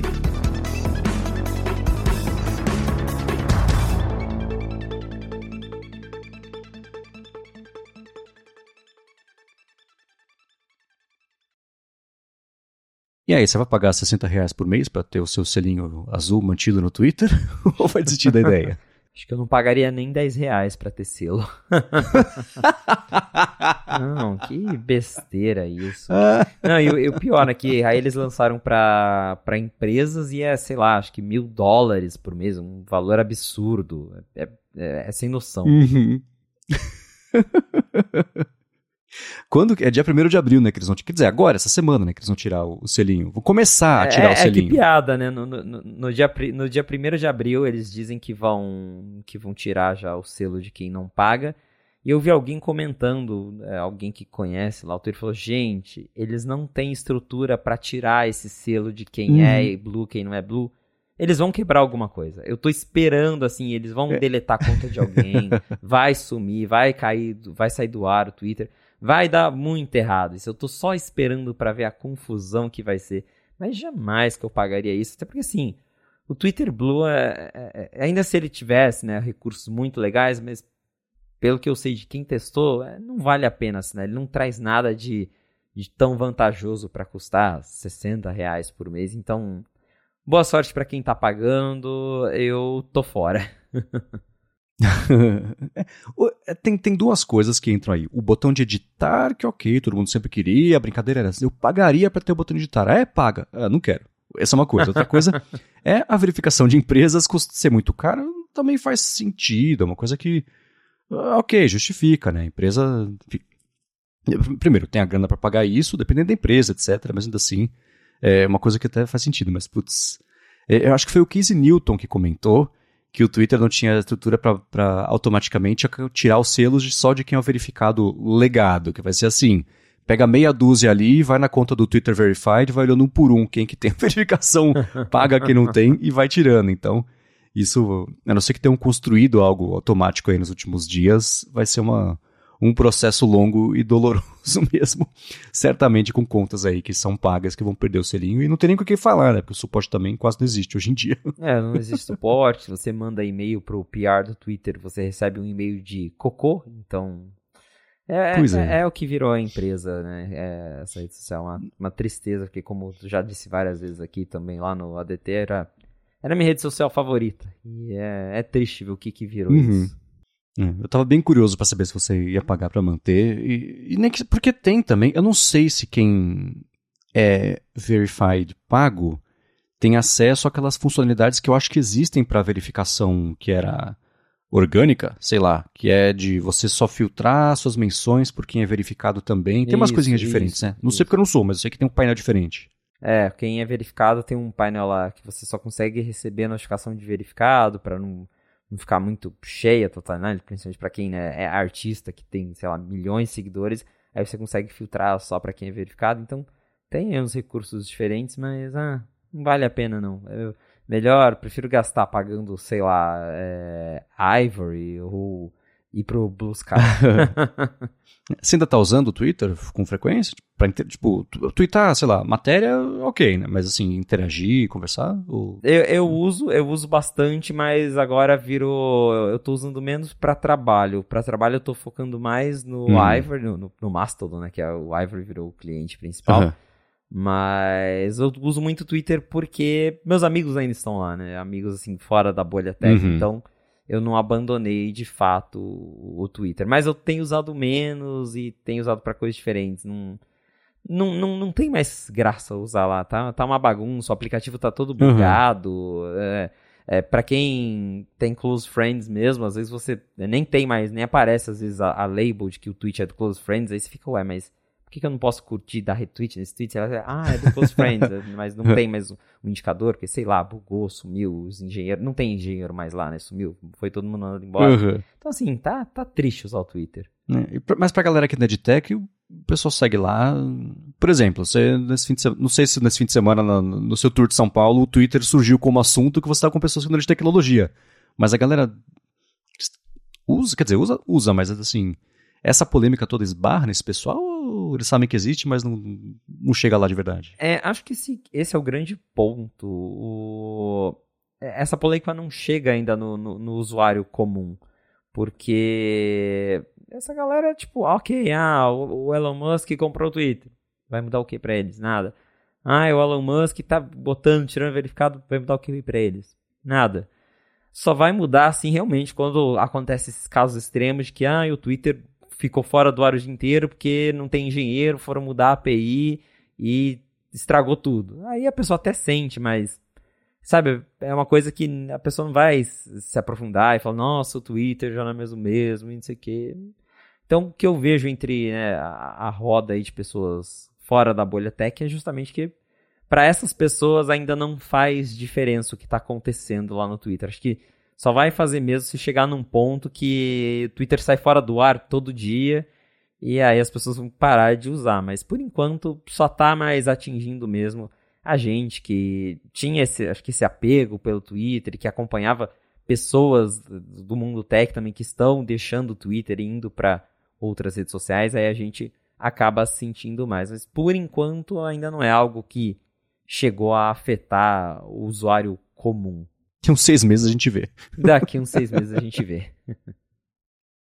E aí, você vai pagar sessenta reais por mês para ter o seu selinho azul mantido no Twitter? Ou vai desistir da ideia? Acho que eu não pagaria nem dez reais pra ter selo. Não, que besteira isso. Não, e o pior é que aí eles lançaram pra, pra empresas e é, sei lá, acho que mil dólares por mês, um valor absurdo. É, é, é sem noção. Uhum. Quando, é dia primeiro de abril, né, que eles vão... Quer dizer, agora, essa semana, né, que eles vão tirar o, o selinho. Vão começar a tirar é, o selinho. É que piada, né? No, no, no, dia, no dia primeiro de abril, eles dizem que vão, que vão tirar já o selo de quem não paga. E eu vi alguém comentando, é, alguém que conhece lá o Twitter, falou, gente, eles não têm estrutura pra tirar esse selo de quem uhum. é Blue, quem não é Blue. Eles vão quebrar alguma coisa. Eu tô esperando, assim, eles vão é. deletar a conta de alguém, vai sumir, vai cair, vai sair do ar o Twitter. Vai dar muito errado isso. Eu tô só esperando pra ver a confusão que vai ser. Mas jamais que eu pagaria isso. Até porque, assim, o Twitter Blue, é, é, é, ainda se ele tivesse, né, recursos muito legais, mas pelo que eu sei de quem testou, é, não vale a pena assinar. Ele não traz nada de, de tão vantajoso pra custar sessenta reais por mês. Então, boa sorte pra quem tá pagando. Eu tô fora. tem, tem duas coisas que entram aí. O botão de editar, que ok, todo mundo sempre queria. A brincadeira era assim, eu pagaria pra ter o botão de editar. Ah, é, paga. Ah, não quero. Essa é uma coisa. Outra coisa é a verificação de empresas ser muito cara. Também faz sentido. É uma coisa que, ok, justifica, né? A empresa... Primeiro, tem a grana pra pagar isso, dependendo da empresa, etcétera. Mas ainda assim, é uma coisa que até faz sentido. Mas, putz... Eu acho que foi o Casey Newton que comentou que o Twitter não tinha estrutura para automaticamente tirar os selos de só de quem é o verificado legado, que vai ser assim, pega meia dúzia ali, vai na conta do Twitter Verified, vai olhando um por um quem que tem a verificação, paga quem não tem e vai tirando. Então, isso, a não ser que tenham construído algo automático aí nos últimos dias, vai ser uma, um processo longo e doloroso mesmo, certamente com contas aí que são pagas, que vão perder o selinho, e não tem nem com o que falar, né, porque o suporte também quase não existe hoje em dia. É, não existe suporte, você manda e-mail pro P R do Twitter, você recebe um e-mail de cocô, então... É, pois é. É, é o que virou a empresa, né, é, essa rede social, uma, uma tristeza, porque como eu já disse várias vezes aqui também, lá no A D T, era, era minha rede social favorita, e é, é triste ver o que que virou uhum. isso. Eu tava bem curioso pra saber se você ia pagar pra manter, e, e nem que, porque tem também, eu não sei se quem é verified pago tem acesso àquelas funcionalidades que eu acho que existem pra verificação que era orgânica, sei lá, que é de você só filtrar suas menções por quem é verificado também, tem isso, umas coisinhas diferentes, isso, né? Não isso. sei porque eu não sou, mas eu sei que tem um painel diferente. É, quem é verificado tem um painel lá que você só consegue receber a notificação de verificado pra não... não ficar muito cheia a tua timeline, principalmente pra quem, né, é artista, que tem, sei lá, milhões de seguidores, aí você consegue filtrar só pra quem é verificado, então tem uns recursos diferentes, mas ah, não vale a pena não. Eu, melhor, prefiro gastar pagando, sei lá, é, Ivory ou ir pro Blue Sky. Você ainda tá usando o Twitter com frequência? Pra, tipo, twittar, sei lá, matéria, ok, né? Mas assim, interagir, conversar? Ou... Eu, eu uso, eu uso bastante, mas agora virou... Eu tô usando menos pra trabalho. Pra trabalho eu tô focando mais no hum. Ivory, no, no, no Mastodon, né? Que é, o Ivory virou o cliente principal. Uhum. Mas eu uso muito o Twitter porque meus amigos ainda estão lá, né? Amigos, assim, fora da bolha tech, uhum. Então... eu não abandonei, de fato, o Twitter. Mas eu tenho usado menos e tenho usado para coisas diferentes. Não, não, não, não tem mais graça usar lá, tá? Tá uma bagunça, o aplicativo tá todo bugado. Uhum. É, é, para quem tem close friends mesmo, às vezes você nem tem mais, nem aparece às vezes a, a label de que o tweet é do close friends. Aí você fica, ué, mas por que, que eu não posso curtir, dar retweet nesse tweet? Ela, ah, é do close friends, mas não tem mais um indicador, porque sei lá, bugou, sumiu, os engenheiros, não tem engenheiro mais lá, né, sumiu, foi todo mundo andando embora. Uhum. Então assim, tá, tá triste usar o Twitter. É, mas pra galera que é da EdTech, o pessoal segue lá, por exemplo, você, nesse fim de semana, não sei se nesse fim de semana, no, no seu tour de São Paulo, o Twitter surgiu como assunto que você tá com pessoas que não é de tecnologia, mas a galera usa, quer dizer, usa, usa, mas assim, essa polêmica toda esbarra nesse pessoal, ou eles sabem que existe, mas não, não chega lá de verdade? É, acho que esse, esse é o grande ponto. O... Essa polêmica não chega ainda no, no, no usuário comum. Porque essa galera é tipo, ok, ah, o, o Elon Musk comprou o Twitter. Vai mudar o que pra eles? Nada. Ah, o Elon Musk tá botando, tirando verificado, vai mudar o que pra eles? Nada. Só vai mudar, assim, realmente, quando acontece esses casos extremos de que, ah, o Twitter ficou fora do ar o dia inteiro porque não tem engenheiro, foram mudar a A P I e estragou tudo. Aí a pessoa até sente, mas, sabe, é uma coisa que a pessoa não vai se aprofundar e falar, nossa, o Twitter já não é mesmo mesmo e não sei o quê. Então, o que eu vejo entre, né, a, a roda aí de pessoas fora da bolha tech é justamente que para essas pessoas ainda não faz diferença o que está acontecendo lá no Twitter. Acho que só vai fazer mesmo se chegar num ponto que o Twitter sai fora do ar todo dia e aí as pessoas vão parar de usar. Mas por enquanto só está mais atingindo mesmo a gente que tinha esse, acho que esse apego pelo Twitter, que acompanhava pessoas do mundo tech também que estão deixando o Twitter e indo para outras redes sociais, aí a gente acaba sentindo mais. Mas por enquanto ainda não é algo que chegou a afetar o usuário comum. Daqui uns seis meses a gente vê. Daqui uns seis meses a gente vê.